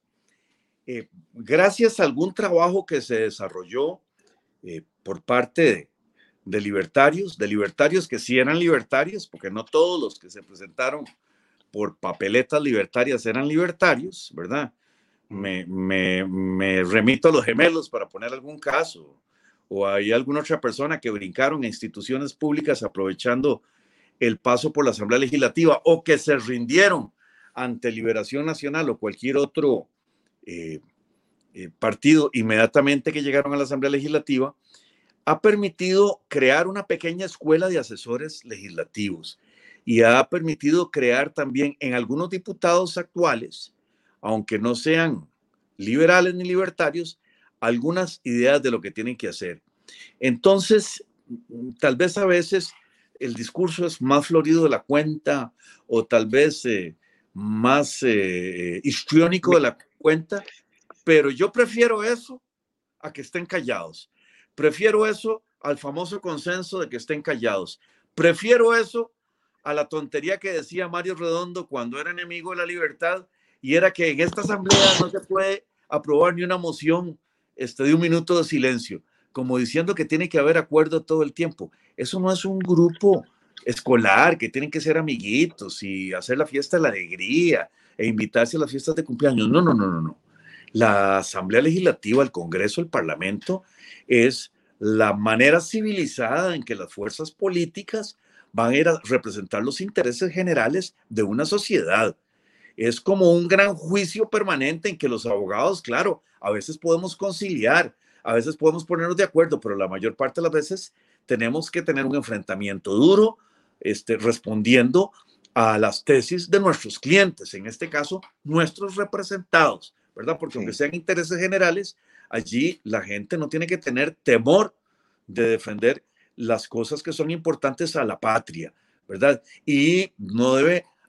Eh, gracias a algún trabajo que se desarrolló eh, por parte de, de libertarios, de libertarios que sí eran libertarios, porque no todos los que se presentaron por papeletas libertarias eran libertarios, ¿verdad? Me, me, me remito a los gemelos para poner algún caso, o hay alguna otra persona que brincaron a instituciones públicas aprovechando el paso por la Asamblea Legislativa, o que se rindieron ante Liberación Nacional o cualquier otro eh, eh, partido inmediatamente que llegaron a la Asamblea Legislativa, ha permitido crear una pequeña escuela de asesores legislativos y ha permitido crear también en algunos diputados actuales, aunque no sean liberales ni libertarios, algunas ideas de lo que tienen que hacer. Entonces, tal vez a veces el discurso es más florido de la cuenta, o tal vez eh, más eh, histriónico de la cuenta, pero yo prefiero eso a que estén callados. Prefiero eso al famoso consenso de que estén callados. Prefiero eso a la tontería que decía Mario Redondo cuando era enemigo de la libertad, y era que en esta asamblea no se puede aprobar ni una moción este, de un minuto de silencio, como diciendo que tiene que haber acuerdo todo el tiempo. Eso no es un grupo escolar, que tienen que ser amiguitos y hacer la fiesta de la alegría e invitarse a las fiestas de cumpleaños. No, no, no, no, no. La Asamblea Legislativa, el Congreso, el Parlamento, es la manera civilizada en que las fuerzas políticas van a ir a representar los intereses generales de una sociedad. Es como un gran juicio permanente en que los abogados, claro, a veces podemos conciliar, a veces podemos ponernos de acuerdo, pero la mayor parte de las veces tenemos que tener un enfrentamiento duro, este, respondiendo a las tesis de nuestros clientes, en este caso, nuestros representados, ¿verdad? Porque sí, aunque sean intereses generales, allí la gente no tiene que tener temor de defender las cosas que son importantes a la patria, ¿verdad? Y no debe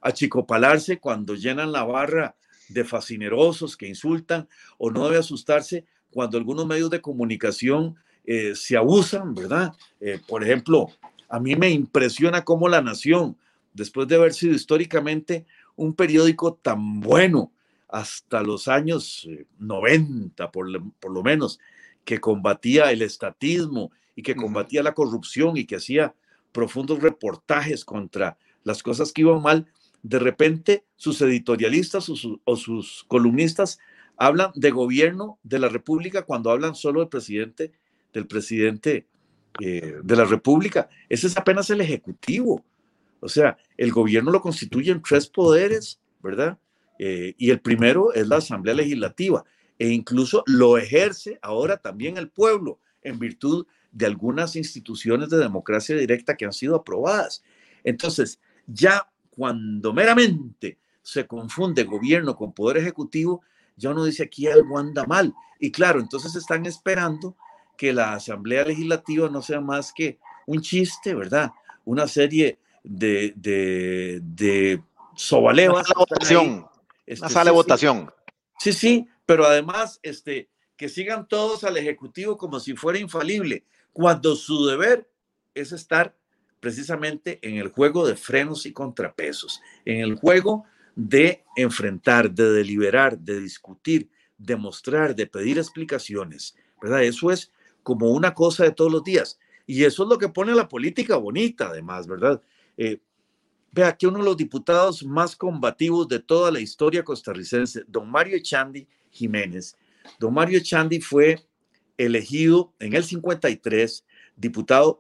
achicopalarse cuando llenan la barra de fascinerosos que insultan, o no debe asustarse cuando algunos medios de comunicación eh, se abusan, ¿verdad? Eh, por ejemplo, a mí me impresiona cómo La Nación, después de haber sido históricamente un periódico tan bueno hasta los años noventa, por, por lo menos, que combatía el estatismo y que combatía uh-huh. la corrupción y que hacía profundos reportajes contra las cosas que iban mal, de repente sus editorialistas o, su, o sus columnistas hablan de gobierno de la República cuando hablan solo del presidente, del presidente eh, de la República. Ese es apenas el Ejecutivo. O sea, el gobierno lo constituyen tres poderes, ¿verdad? Eh, y el primero es la Asamblea Legislativa, e incluso lo ejerce ahora también el pueblo en virtud de algunas instituciones de democracia directa que han sido aprobadas. Entonces, ya cuando meramente se confunde gobierno con poder ejecutivo, ya uno dice aquí algo anda mal. Y claro, entonces están esperando que la Asamblea Legislativa no sea más que un chiste, ¿verdad? Una serie de, de, de sobalevas. Una sala de votación. Este, Una sala de sí, votación. Sí, sí, pero además este, que sigan todos al Ejecutivo como si fuera infalible, cuando su deber es estar precisamente en el juego de frenos y contrapesos, en el juego de enfrentar, de deliberar, de discutir, de mostrar, de pedir explicaciones, ¿verdad? Eso es como una cosa de todos los días. Y eso es lo que pone la política bonita, además, ¿verdad? Eh, vea que uno de los diputados más combativos de toda la historia costarricense, don Mario Echandi Jiménez. Don Mario Echandi fue elegido en el cincuenta y tres, diputado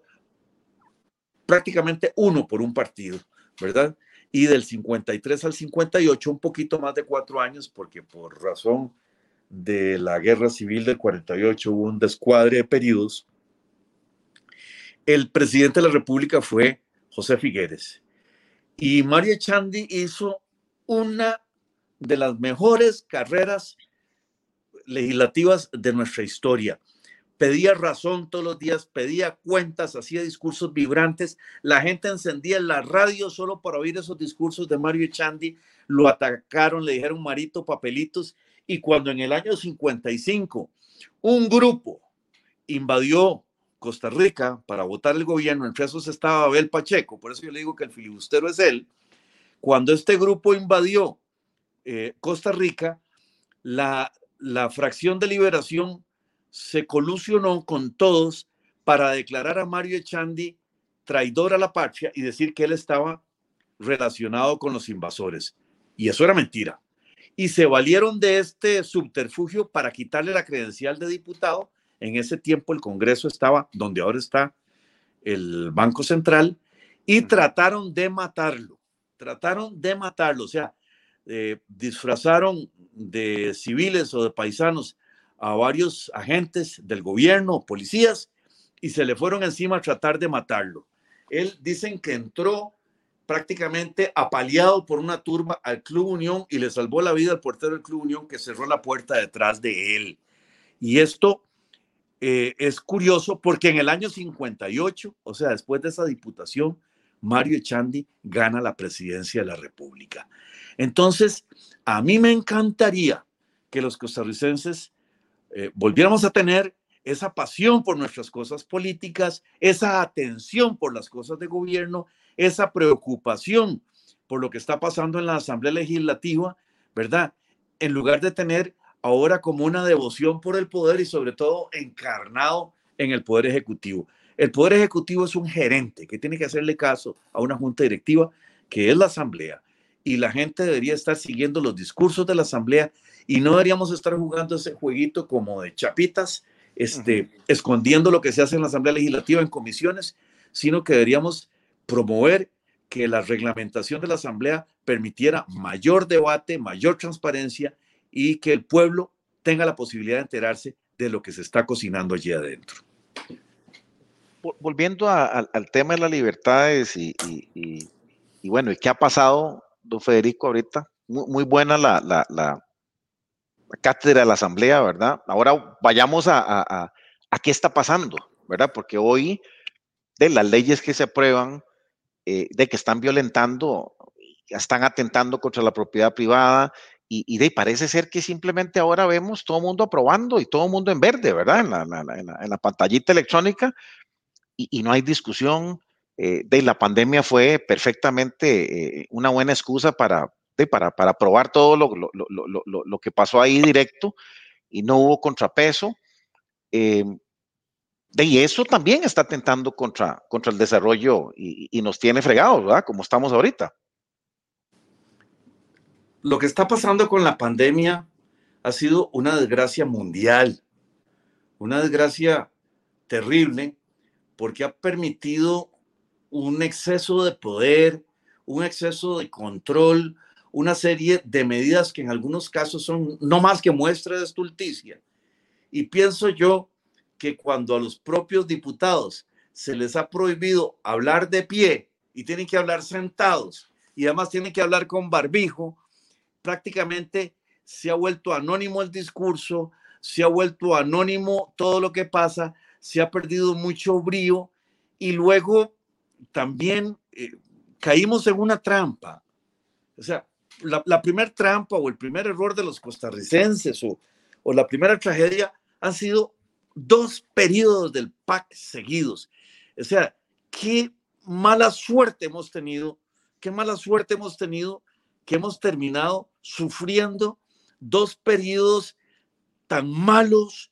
prácticamente uno por un partido, ¿verdad? Y del cincuenta y tres al cincuenta y ocho, un poquito más de cuatro años, porque por razón de la guerra civil del cuarenta y ocho hubo un descuadre de periodos. El presidente de la República fue José Figueres. Y Mario Echandi hizo una de las mejores carreras legislativas de nuestra historia. Pedía razón todos los días, pedía cuentas, hacía discursos vibrantes. La gente encendía la radio solo para oír esos discursos de Mario Echandi. Lo atacaron, le dijeron Marito, papelitos. Y cuando en el año cincuenta y cinco un grupo invadió Costa Rica para votar el gobierno, entre esos estaba Abel Pacheco, por eso yo le digo que el filibustero es él. Cuando este grupo invadió eh, Costa Rica, la, la fracción de liberación se colusionó con todos para declarar a Mario Echandi traidor a la patria y decir que él estaba relacionado con los invasores. Y eso era mentira. Y se valieron de este subterfugio para quitarle la credencial de diputado. En ese tiempo el Congreso estaba donde ahora está el Banco Central y trataron de matarlo. Trataron de matarlo. O sea, eh, disfrazaron de civiles o de paisanos a varios agentes del gobierno, policías, y se le fueron encima a tratar de matarlo. Él dicen que entró prácticamente apaleado por una turba al Club Unión y le salvó la vida al portero del Club Unión, que cerró la puerta detrás de él. Y esto eh, es curioso porque en el año cincuenta y ocho, o sea, después de esa diputación, Mario Echandi gana la presidencia de la República. Entonces, a mí me encantaría que los costarricenses eh, volviéramos a tener esa pasión por nuestras cosas políticas, esa atención por las cosas de gobierno, esa preocupación por lo que está pasando en la Asamblea Legislativa, ¿verdad? En lugar de tener ahora como una devoción por el poder y sobre todo encarnado en el Poder Ejecutivo. El Poder Ejecutivo es un gerente que tiene que hacerle caso a una junta directiva que es la Asamblea, y la gente debería estar siguiendo los discursos de la Asamblea y no deberíamos estar jugando ese jueguito como de chapitas, este, uh-huh. escondiendo lo que se hace en la Asamblea Legislativa en comisiones, sino que deberíamos promover que la reglamentación de la Asamblea permitiera mayor debate, mayor transparencia y que el pueblo tenga la posibilidad de enterarse de lo que se está cocinando allí adentro. Volviendo a, a, al tema de las libertades y, y, y, y bueno, ¿y qué ha pasado, don Federico, ahorita? Muy, muy buena la, la, la, la cátedra de la Asamblea, ¿verdad? Ahora vayamos a, a, a, a qué está pasando, ¿verdad? Porque hoy de las leyes que se aprueban, eh, de que están violentando están atentando contra la propiedad privada y, y de, parece ser que simplemente ahora vemos todo el mundo aprobando y todo el mundo en verde, ¿verdad? En la, en la, en la, en la pantallita electrónica y, y no hay discusión. Eh, de la pandemia fue perfectamente eh, una buena excusa para, de, para, para probar todo lo, lo, lo, lo, lo que pasó ahí directo y no hubo contrapeso. Eh, y eso también está atentando contra, contra el desarrollo y, y nos tiene fregados, ¿verdad? Como estamos ahorita. Lo que está pasando con la pandemia ha sido una desgracia mundial, una desgracia terrible, porque ha permitido un exceso de poder, un exceso de control, una serie de medidas que en algunos casos son no más que muestra de estulticia. Y pienso yo que cuando a los propios diputados se les ha prohibido hablar de pie y tienen que hablar sentados y además tienen que hablar con barbijo, prácticamente se ha vuelto anónimo el discurso, se ha vuelto anónimo todo lo que pasa, se ha perdido mucho brío y luego también eh, caímos en una trampa. O sea, la, la primera trampa o el primer error de los costarricenses o, o la primera tragedia han sido dos periodos del P A C seguidos. O sea, qué mala suerte hemos tenido, qué mala suerte hemos tenido que hemos terminado sufriendo dos periodos tan malos,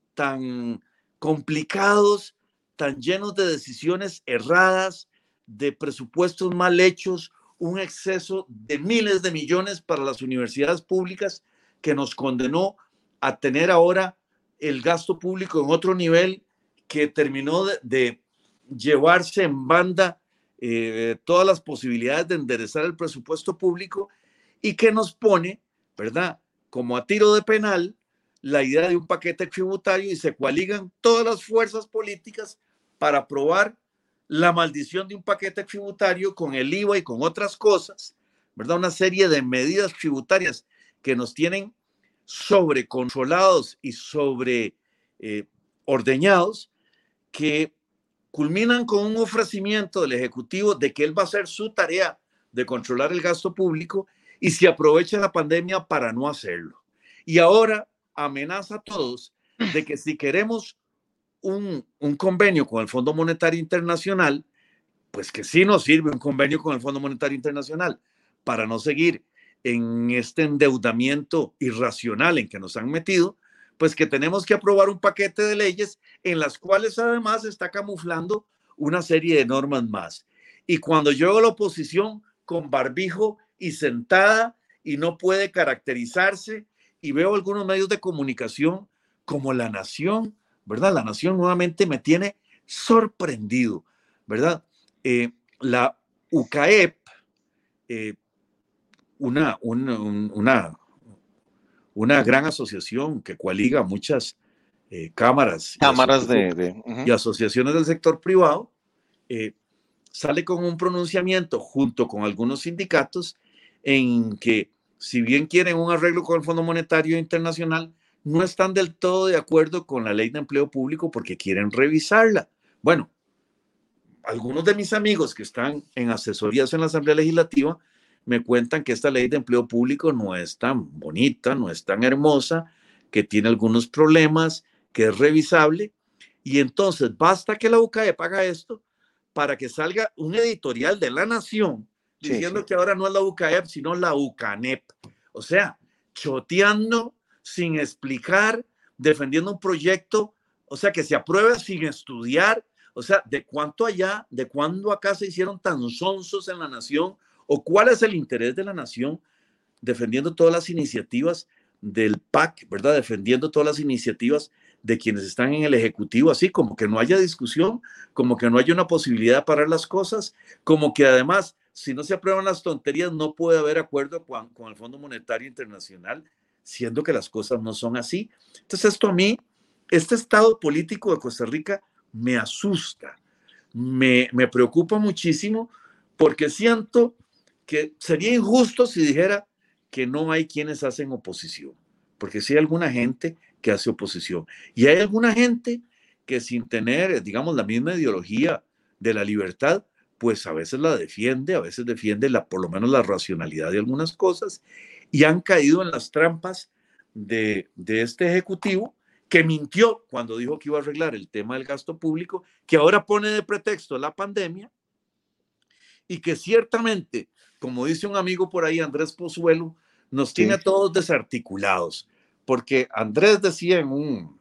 tan complicados, tan llenos de decisiones erradas, de presupuestos mal hechos, un exceso de miles de millones para las universidades públicas que nos condenó a tener ahora el gasto público en otro nivel, que terminó de, de llevarse en banda eh, todas las posibilidades de enderezar el presupuesto público y que nos pone, ¿verdad?, como a tiro de penal la idea de un paquete tributario y se coaligan todas las fuerzas políticas para aprobar la maldición de un paquete tributario con el I V A y con otras cosas, ¿verdad? Una serie de medidas tributarias que nos tienen sobrecontrolados y sobre eh, ordeñados, que culminan con un ofrecimiento del Ejecutivo de que él va a hacer su tarea de controlar el gasto público y se aprovecha la pandemia para no hacerlo. Y ahora amenaza a todos de que si queremos un, un convenio con el Fondo Monetario Internacional, pues que sí nos sirve un convenio con el Fondo Monetario Internacional para no seguir en este endeudamiento irracional en que nos han metido, pues que tenemos que aprobar un paquete de leyes en las cuales además está camuflando una serie de normas más. Y cuando yo veo a la oposición con barbijo y sentada y no puede caracterizarse, y veo algunos medios de comunicación como La Nación, ¿verdad? La Nación nuevamente me tiene sorprendido, ¿verdad? Eh, la U C A E P, eh, una, una, una, una gran asociación que coaliga muchas eh, cámaras, cámaras y, de, de, uh-huh. y asociaciones del sector privado, eh, sale con un pronunciamiento junto con algunos sindicatos en que, si bien quieren un arreglo con el Fondo Monetario Internacional, no están del todo de acuerdo con la ley de empleo público porque quieren revisarla. Bueno, algunos de mis amigos que están en asesorías en la Asamblea Legislativa me cuentan que esta ley de empleo público no es tan bonita, no es tan hermosa, que tiene algunos problemas, que es revisable. Y entonces basta que la U C A E P haga esto para que salga un editorial de La Nación diciendo sí, sí. que ahora no es la U C A E P, sino la U C A N E P. O sea, choteando, sin explicar, defendiendo un proyecto, o sea, que se apruebe sin estudiar. O sea, ¿de cuánto allá, de cuándo acá se hicieron tan sonsos en La Nación? ¿O cuál es el interés de La Nación defendiendo todas las iniciativas del P A C, ¿verdad? Defendiendo todas las iniciativas de quienes están en el Ejecutivo, así como que no haya discusión, como que no haya una posibilidad de parar las cosas, como que además, si no se aprueban las tonterías, no puede haber acuerdo con, con el Fondo Monetario Internacional, siendo que las cosas no son así. Entonces esto a mí, este estado político de Costa Rica me asusta, me, me preocupa muchísimo, porque siento que sería injusto si dijera que no hay quienes hacen oposición, porque sí hay alguna gente que hace oposición y hay alguna gente que sin tener, digamos, la misma ideología de la libertad, pues a veces la defiende, a veces defiende la, por lo menos la racionalidad de algunas cosas, y han caído en las trampas de, de este ejecutivo que mintió cuando dijo que iba a arreglar el tema del gasto público, que ahora pone de pretexto la pandemia, y que ciertamente, como dice un amigo por ahí, Andrés Pozuelo, nos tiene Sí. a todos desarticulados, porque Andrés decía en un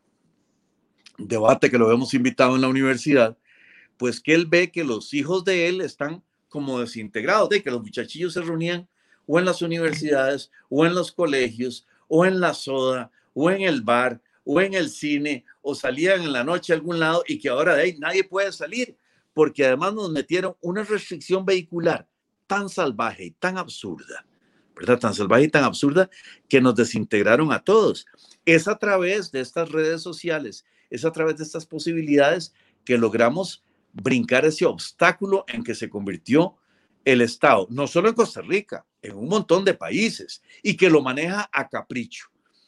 debate que lo hemos invitado en la universidad, pues que él ve que los hijos de él están como desintegrados, de que los muchachillos se reunían o en las universidades, o en los colegios, o en la soda, o en el bar, o en el cine, o salían en la noche a algún lado, y que ahora de ahí nadie puede salir, porque además nos metieron una restricción vehicular tan salvaje y tan absurda, ¿verdad? Tan salvaje y tan absurda que nos desintegraron a todos. Es a través de estas redes sociales, es a través de estas posibilidades que logramos brincar ese obstáculo en que se convirtió el Estado, no solo en Costa Rica, en un montón de países, y que lo maneja a capricho,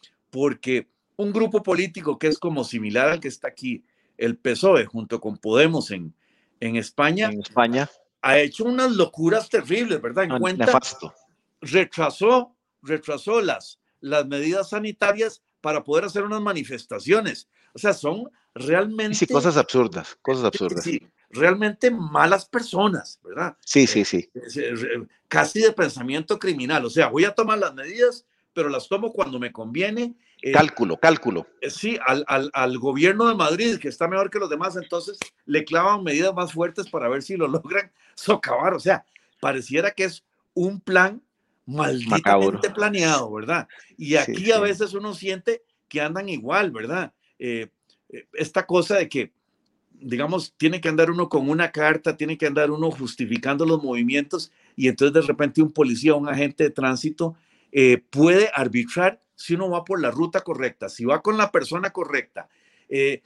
porque un grupo político que es como similar al que está aquí, el P S O E, junto con Podemos en, en España, En España, ha hecho unas locuras terribles, ¿verdad? En no, cuenta, nefasto. retrasó, retrasó las, las medidas sanitarias para poder hacer unas manifestaciones. O sea, son realmente... Sí, cosas absurdas, cosas absurdas. Sí, realmente malas personas, ¿verdad? Sí, sí, sí. Eh, casi de pensamiento criminal. O sea, voy a tomar las medidas, pero las tomo cuando me conviene. Eh, cálculo, cálculo. Eh, sí, al, al, al gobierno de Madrid, que está mejor que los demás, entonces le clavan medidas más fuertes para ver si lo logran socavar. O sea, pareciera que es un plan malditamente Macabro. planeado, ¿verdad? Y aquí Sí, sí. a veces uno siente que andan igual, ¿verdad? Eh, esta cosa de que, digamos, tiene que andar uno con una carta, tiene que andar uno justificando los movimientos, y entonces de repente un policía, un agente de tránsito eh, puede arbitrar si uno va por la ruta correcta, si va con la persona correcta, eh,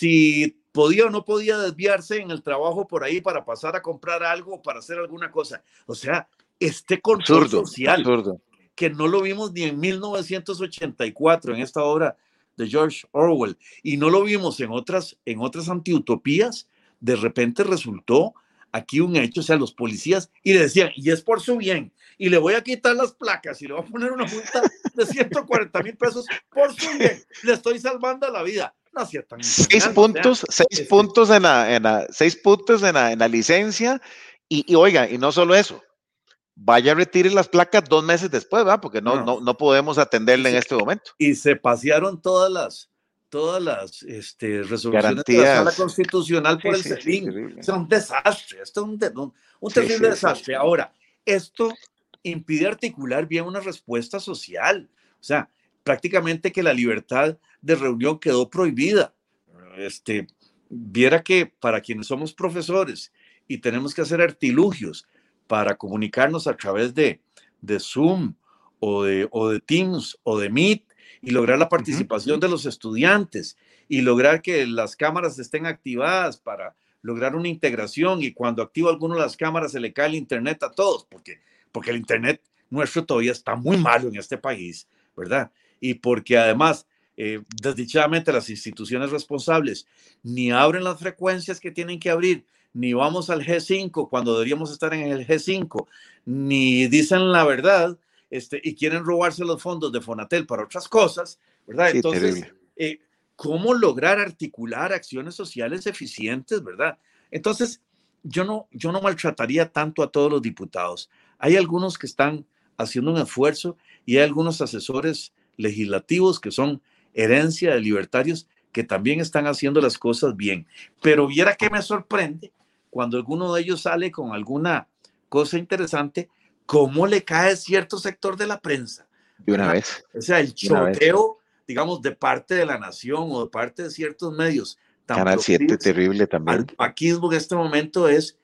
si podía o no podía desviarse en el trabajo por ahí para pasar a comprar algo o para hacer alguna cosa. O sea, este control Absurdo, social absurdo. que no lo vimos ni en mil novecientos ochenta y cuatro en esta obra de George Orwell, y no lo vimos en otras, en otras antiutopías, de repente resultó aquí un hecho. O sea, los policías, y le decían, y es por su bien, y le voy a quitar las placas y le voy a poner una multa de ciento cuarenta mil pesos por su bien, le estoy salvando la vida. No hacía tan Seis puntos, o sea, seis este... puntos en la, en la, seis puntos en la, en la licencia, y, y oiga, y no solo eso, vaya a retirar las placas dos meses después, ¿verdad? Porque no, no. no, no podemos atenderle en este momento. Y se pasearon todas las, todas las este, resoluciones Garantías de la Sala Constitucional por sí, el sí, CELIN. Sí, es un desastre, esto es un, de, un, un sí, terrible sí, desastre. Sí. Ahora, esto impide articular bien una respuesta social. O sea, prácticamente que la libertad de reunión quedó prohibida. Este, viera que para quienes somos profesores y tenemos que hacer artilugios para comunicarnos a través de, de Zoom o de, o de Teams o de Meet, y lograr la participación uh-huh. de los estudiantes y lograr que las cámaras estén activadas para lograr una integración, y cuando activa alguno de las cámaras se le cae el internet a todos, porque, porque el internet nuestro todavía está muy malo en este país, ¿verdad? Y porque además, eh, desdichadamente, las instituciones responsables ni abren las frecuencias que tienen que abrir, ni vamos al G cinco cuando deberíamos estar en el G cinco, ni dicen la verdad, este, y quieren robarse los fondos de Fonatel para otras cosas, ¿verdad? Sí, Entonces, eh, ¿cómo lograr articular acciones sociales eficientes, verdad? Entonces, yo no, yo no maltrataría tanto a todos los diputados. Hay algunos que están haciendo un esfuerzo, y hay algunos asesores legislativos que son herencia de libertarios que también están haciendo las cosas bien. Pero viera que me sorprende cuando alguno de ellos sale con alguna cosa interesante, cómo le cae cierto sector de la prensa. De una ¿verdad? Vez. O sea, el choteo, digamos, de parte de La Nación o de parte de ciertos medios. Tan Canal siete, terrible también. Al paquismo en este momento es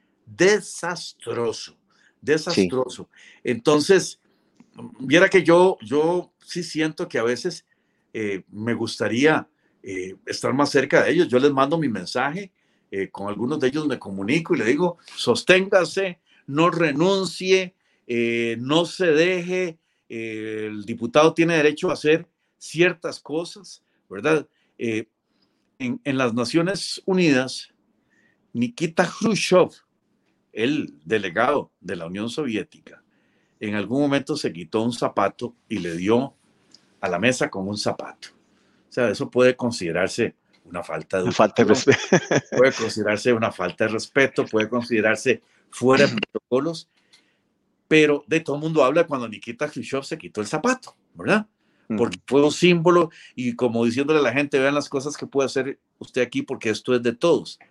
desastroso, desastroso. Sí. Entonces, viera que yo, yo sí siento que a veces eh, me gustaría eh, estar más cerca de ellos. Yo les mando mi mensaje, eh, con algunos de ellos me comunico y le digo, sosténgase, no renuncie, eh, no se deje, eh, el diputado tiene derecho a hacer ciertas cosas, ¿verdad? Eh, en, en las Naciones Unidas, Nikita Khrushchev el delegado de la Unión Soviética en algún momento se quitó un zapato y le dio a la mesa con un zapato. O sea, eso puede considerarse una falta de Una falta de respeto. Puede considerarse una falta de respeto, puede considerarse fuera de protocolos, pero de todo el mundo habla cuando Nikita Khrushchev se quitó el zapato, ¿verdad? Porque uh-huh. fue un símbolo y como diciéndole a la gente, vean las cosas que puede hacer usted aquí porque esto es de todos.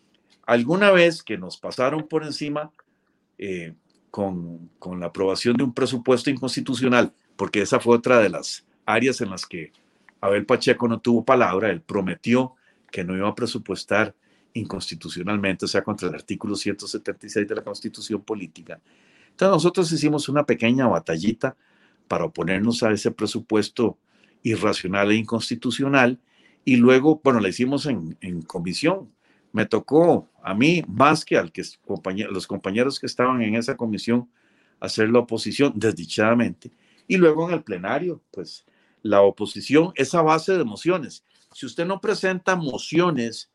Alguna vez que nos pasaron por encima eh, con, con la aprobación de un presupuesto inconstitucional, porque esa fue otra de las áreas en las que Abel Pacheco no tuvo palabra, él prometió que no iba a presupuestar inconstitucionalmente, o sea, contra el artículo ciento setenta y seis de la Constitución Política. Entonces nosotros hicimos una pequeña batallita para oponernos a ese presupuesto irracional e inconstitucional y luego, bueno, la hicimos en, en comisión. Me tocó a mí, más que a compañer, los compañeros que estaban en esa comisión, hacer la oposición, desdichadamente. Y luego en el plenario, pues la oposición es a base de mociones. Si usted no presenta mociones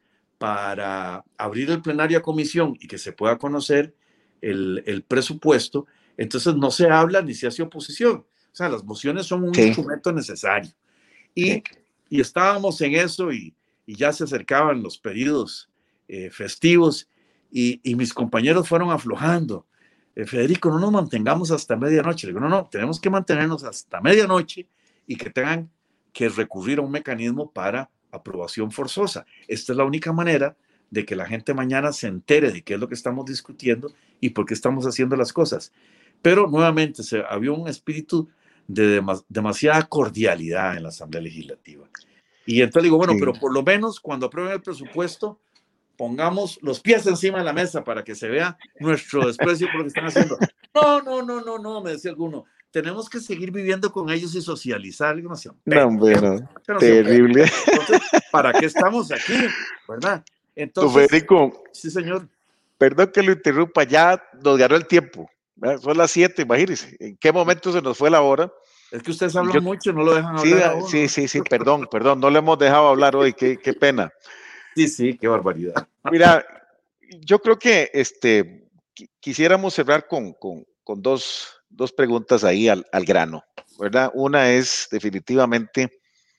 para abrir el plenario a comisión y que se pueda conocer el, el presupuesto, entonces no se habla ni se hace oposición. O sea, las mociones son un sí. instrumento necesario. Y, sí. y estábamos en eso y, y ya se acercaban los periodos eh, festivos y, y mis compañeros fueron aflojando. Eh, Federico, no nos mantengamos hasta medianoche. Le digo, no, no, tenemos que mantenernos hasta medianoche y que tengan que recurrir a un mecanismo para aprobación forzosa. Esta es la única manera de que la gente mañana se entere de qué es lo que estamos discutiendo y por qué estamos haciendo las cosas. Pero nuevamente se, había un espíritu de demas, demasiada cordialidad en la Asamblea Legislativa. Y entonces digo, bueno, sí. pero por lo menos cuando aprueben el presupuesto, pongamos los pies encima de la mesa para que se vea nuestro desprecio por lo que están haciendo. No, no, no, no, no, me decía alguno. Tenemos que seguir viviendo con ellos y socializar. No, sé, no, bueno, no terrible. Entonces, ¿para qué estamos aquí? ¿Verdad? Entonces, Federico, sí, señor. Perdón que lo interrumpa, ya nos ganó el tiempo. ¿verdad? Son las siete, imagínense. ¿En qué momento se nos fue la hora? Es que ustedes hablan yo, mucho, no lo dejan sí, hablar. Uno, sí, sí, sí, perdón, perdón, no le hemos dejado hablar hoy, qué, qué pena. Sí, sí, qué barbaridad. Mira, yo creo que este, quisiéramos cerrar con, con, con dos, dos preguntas ahí al, al grano, ¿verdad? Una es definitivamente,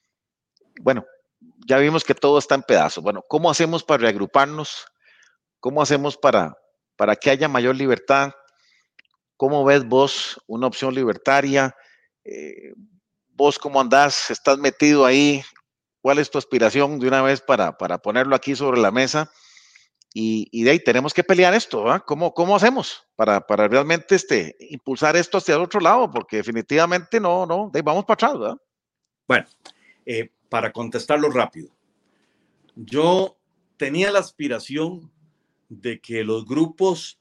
bueno, ya vimos que todo está en pedazos. Bueno, ¿cómo hacemos para reagruparnos? ¿Cómo hacemos para, para que haya mayor libertad? ¿Cómo ves vos una opción libertaria? Eh, ¿Vos cómo andás? ¿Estás metido ahí? ¿Cuál es tu aspiración de una vez para, para ponerlo aquí sobre la mesa? Y, y de ahí tenemos que pelear esto, ¿verdad? ¿Cómo, cómo hacemos para, para realmente este, impulsar esto hacia el otro lado? Porque definitivamente no, no, de ahí vamos para atrás, ¿verdad? Bueno, eh, para contestarlo rápido, yo tenía la aspiración de que los grupos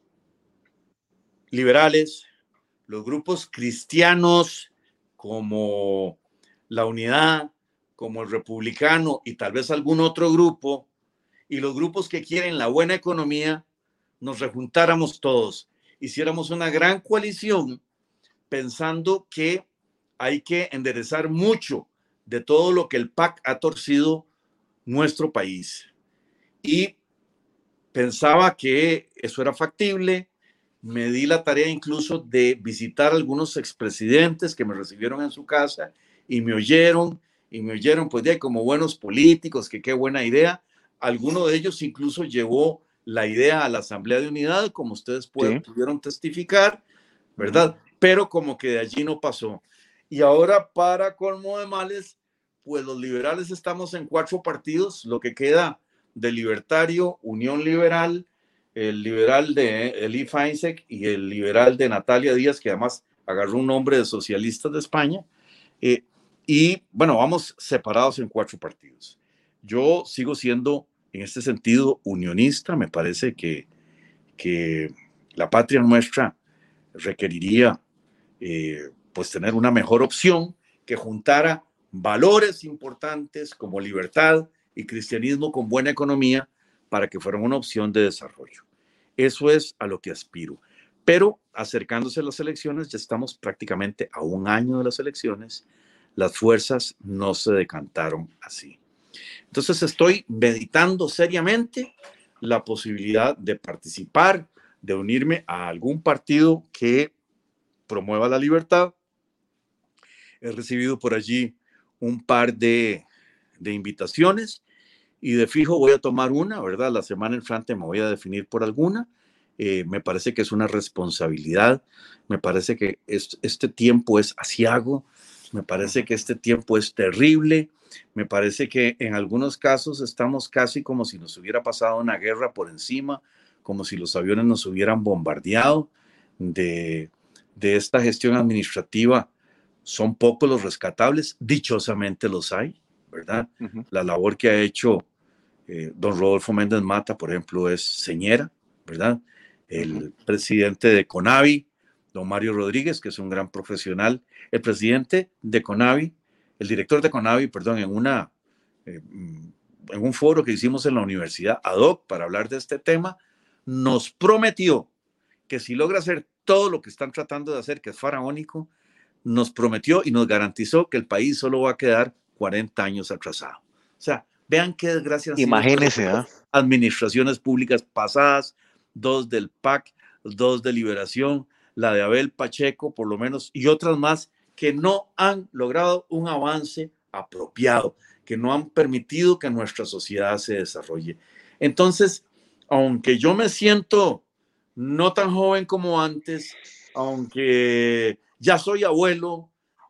liberales, los grupos cristianos como la Unidad, como el Republicano y tal vez algún otro grupo, y los grupos que quieren la buena economía, nos rejuntáramos todos, hiciéramos una gran coalición pensando que hay que enderezar mucho de todo lo que el P A C ha torcido nuestro país. Y pensaba que eso era factible. Me di la tarea incluso de visitar a algunos expresidentes que me recibieron en su casa y me oyeron, y me oyeron pues de como buenos políticos, que qué buena idea. Alguno de ellos incluso llevó la idea a la Asamblea de Unidad, como ustedes pueden, sí. pudieron testificar, ¿verdad? Uh-huh. Pero como que de allí no pasó. Y ahora, para colmo de males, pues los liberales estamos en cuatro partidos, lo que queda de Libertario, Unión Liberal, el liberal de Eli Feinsack y el liberal de Natalia Díaz, que además agarró un nombre de socialistas de España. Eh, y bueno, vamos separados en cuatro partidos. Yo sigo siendo, en este sentido, unionista. Me parece que, que la patria nuestra requeriría eh, pues tener una mejor opción que juntara valores importantes como libertad y cristianismo con buena economía para que fueran una opción de desarrollo. Eso es a lo que aspiro. Pero acercándose a las elecciones, ya estamos prácticamente a un año de las elecciones, las fuerzas no se decantaron así. Entonces estoy meditando seriamente la posibilidad de participar, de unirme a algún partido que promueva la libertad. He recibido por allí un par de, de invitaciones y de fijo voy a tomar una, ¿verdad? La semana entrante me voy a definir por alguna. Eh, me parece que es una responsabilidad, me parece que es, este tiempo es aciago, me parece que este tiempo es terrible, me parece que en algunos casos estamos casi como si nos hubiera pasado una guerra por encima, como si los aviones nos hubieran bombardeado. De, de esta gestión administrativa son pocos los rescatables, dichosamente los hay, ¿verdad? Uh-huh. La labor que ha hecho eh, don Rodolfo Méndez Mata, por ejemplo, es señera, ¿verdad? El uh-huh. presidente de CONAVI, don Mario Rodríguez, que es un gran profesional, el presidente de CONAVI, el director de CONAVI, perdón, en, una, eh, en un foro que hicimos en la universidad ad hoc para hablar de este tema, nos prometió que si logra hacer todo lo que están tratando de hacer, que es faraónico, nos prometió y nos garantizó que el país solo va a quedar cuarenta años atrasado. O sea, vean qué desgracia han Imagínese, sido ¿eh? administraciones públicas pasadas, dos del P A C, dos de Liberación, la de Abel Pacheco, por lo menos, y otras más que no han logrado un avance apropiado, que no han permitido que nuestra sociedad se desarrolle. Entonces, aunque yo me siento no tan joven como antes, aunque ya soy abuelo,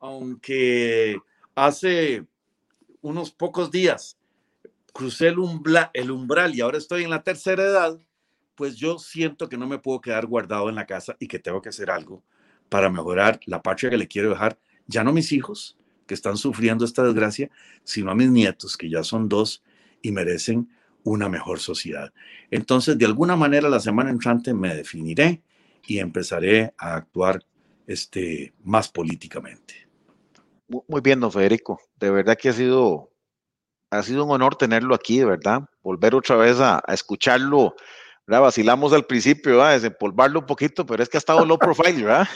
aunque hace unos pocos días crucé el, umbra, el umbral y ahora estoy en la tercera edad, pues yo siento que no me puedo quedar guardado en la casa y que tengo que hacer algo para mejorar la patria que le quiero dejar, ya no a mis hijos que están sufriendo esta desgracia, sino a mis nietos que ya son dos y merecen una mejor sociedad. Entonces, de alguna manera, la semana entrante me definiré y empezaré a actuar este, más políticamente. Muy bien, don Federico. De verdad que ha sido, ha sido un honor tenerlo aquí, de verdad. Volver otra vez a, a escucharlo. ¿Verdad? Vacilamos al principio, ¿verdad? Desempolvarlo un poquito, pero es que ha estado low profile, ¿verdad?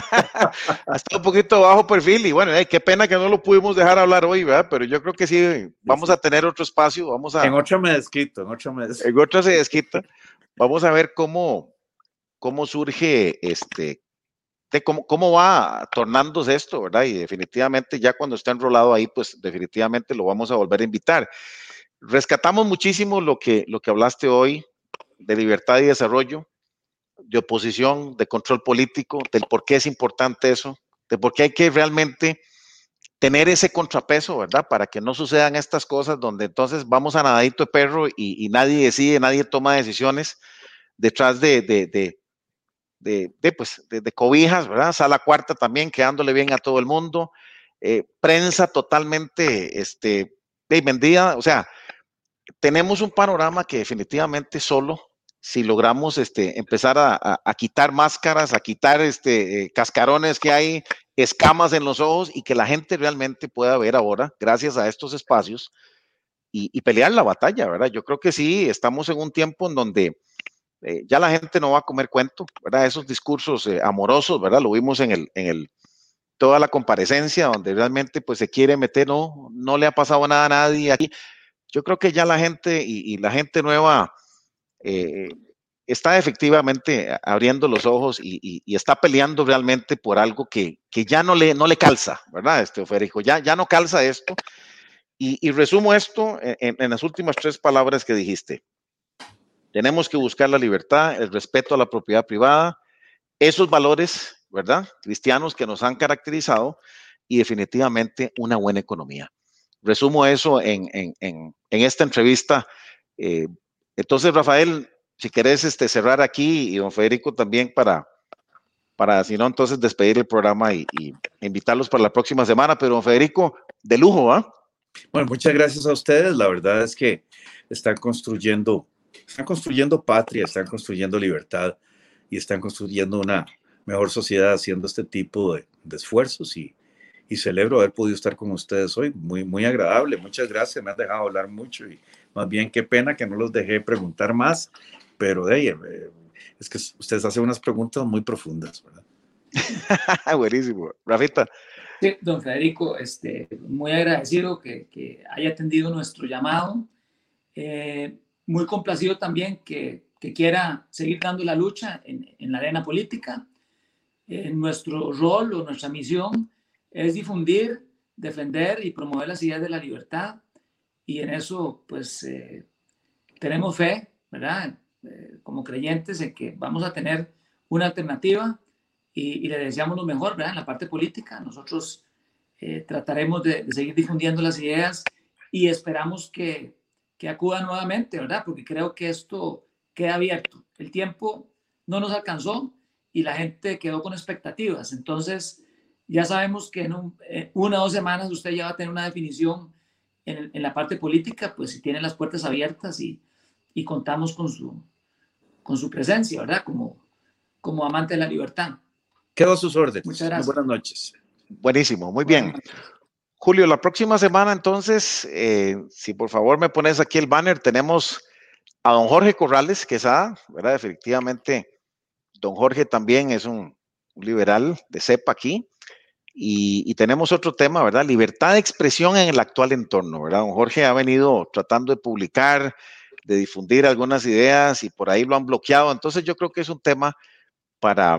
Ha estado un poquito bajo perfil y bueno, hey, qué pena que no lo pudimos dejar hablar hoy, ¿verdad? Pero yo creo que sí, vamos sí, sí. a tener otro espacio, vamos a... En ocho me desquito, en ocho me desquito. En ocho se desquita. Vamos a ver cómo, cómo surge, este, de cómo, cómo va tornándose esto, ¿verdad? Y definitivamente ya cuando esté enrolado ahí, pues definitivamente lo vamos a volver a invitar. Rescatamos muchísimo lo que, lo que hablaste hoy, de libertad y desarrollo, de oposición, de control político, del por qué es importante eso, de por qué hay que realmente tener ese contrapeso, ¿verdad? Para que no sucedan estas cosas donde entonces vamos a nadadito de perro y, y nadie decide, nadie toma decisiones detrás de, de, de, de, de, pues, de, de cobijas, ¿verdad? Sala cuarta también, quedándole bien a todo el mundo, eh, prensa totalmente este, de vendida, o sea, tenemos un panorama que definitivamente solo si logramos este, empezar a, a, a quitar máscaras, a quitar este, eh, cascarones que hay, escamas en los ojos y que la gente realmente pueda ver ahora, gracias a estos espacios, y, y pelear la batalla, ¿verdad? Yo creo que sí, estamos en un tiempo en donde eh, ya la gente no va a comer cuento, ¿verdad? Esos discursos eh, amorosos, ¿verdad? Lo vimos en el, en el toda la comparecencia donde realmente pues se quiere meter, no, no le ha pasado nada a nadie aquí. Yo creo que ya la gente y, y la gente nueva eh, está efectivamente abriendo los ojos y, y, y, está peleando realmente por algo que, que ya no le, no le calza, ¿verdad? Este Federico, ya, ya no calza esto. Y, y resumo esto en, en las últimas tres palabras que dijiste. Tenemos que buscar la libertad, el respeto a la propiedad privada, esos valores, ¿verdad? Cristianos que nos han caracterizado y definitivamente una buena economía. Resumo eso en, en, en, en esta entrevista. Eh, entonces, Rafael, si querés este, cerrar aquí y don Federico también para, para si no, entonces despedir el programa y, y invitarlos para la próxima semana. Pero don Federico, de lujo, ¿ah? ¿eh? Bueno, muchas gracias a ustedes. La verdad es que están construyendo, están construyendo patria, están construyendo libertad y están construyendo una mejor sociedad haciendo este tipo de, de esfuerzos y, y celebro haber podido estar con ustedes hoy. Muy, muy agradable. Muchas gracias. Me han dejado hablar mucho y más bien qué pena que no los dejé preguntar más, pero de ahí, eh, es que ustedes hacen unas preguntas muy profundas, ¿verdad? Buenísimo. Rafita. Sí, don Federico, este, muy agradecido que, que haya atendido nuestro llamado. Eh, muy complacido también que que quiera seguir dando la lucha en, en la arena política. Eh, nuestro rol o nuestra misión es difundir, defender y promover las ideas de la libertad, y en eso pues eh, tenemos fe, ¿verdad? Eh, como creyentes en que vamos a tener una alternativa, y, y le deseamos lo mejor, ¿verdad? En la parte política nosotros eh, trataremos de, de seguir difundiendo las ideas, y esperamos que, que acuda nuevamente, ¿verdad? Porque creo que esto queda abierto. El tiempo no nos alcanzó y la gente quedó con expectativas. Entonces, ya sabemos que en un, eh, una o dos semanas usted ya va a tener una definición en, en la parte política, pues si tiene las puertas abiertas y, y contamos con su, con su presencia, ¿verdad? Como, como amante de la libertad. Quedo a sus órdenes. Muchas gracias. Muy buenas noches. Buenísimo, muy bien. Julio, la próxima semana entonces, eh, si por favor me pones aquí el banner, tenemos a don Jorge Corrales Quesada, ¿verdad? Efectivamente, don Jorge también es un, un liberal de cepa aquí, y, y tenemos otro tema, ¿verdad? Libertad de expresión en el actual entorno, ¿verdad? Don Jorge ha venido tratando de publicar, de difundir algunas ideas y por ahí lo han bloqueado, entonces yo creo que es un tema para...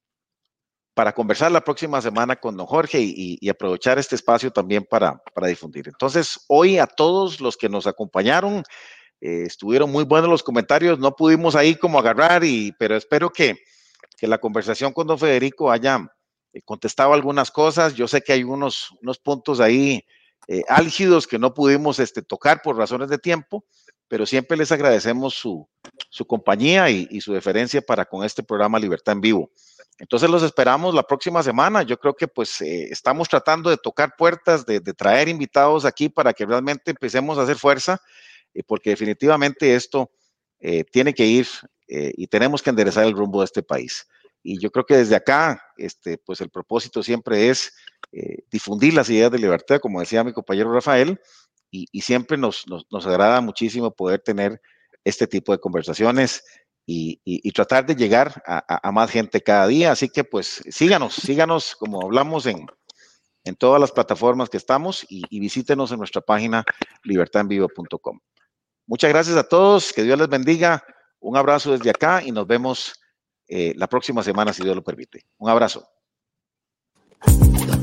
para conversar la próxima semana con don Jorge y, y aprovechar este espacio también para, para difundir. Entonces, hoy a todos los que nos acompañaron, eh, estuvieron muy buenos los comentarios, no pudimos ahí como agarrar, y, pero espero que, que la conversación con don Federico haya eh, contestado algunas cosas. Yo sé que hay unos, unos puntos ahí eh, álgidos que no pudimos este, tocar por razones de tiempo, pero siempre les agradecemos su, su compañía y, y su deferencia para con este programa Libertad en Vivo. Entonces los esperamos la próxima semana. Yo creo que pues eh, estamos tratando de tocar puertas, de, de traer invitados aquí para que realmente empecemos a hacer fuerza, eh, porque definitivamente esto eh, tiene que ir eh, y tenemos que enderezar el rumbo de este país. Y yo creo que desde acá, este, pues el propósito siempre es eh, difundir las ideas de libertad, como decía mi compañero Rafael, y, y siempre nos, nos, nos agrada muchísimo poder tener este tipo de conversaciones. Y, y, y tratar de llegar a, a, a más gente cada día. Así que pues síganos, síganos como hablamos en, en todas las plataformas que estamos, y, y visítenos en nuestra página libertad en vivo punto com. Muchas gracias a todos, que Dios les bendiga, un abrazo desde acá y nos vemos eh, la próxima semana si Dios lo permite. Un abrazo.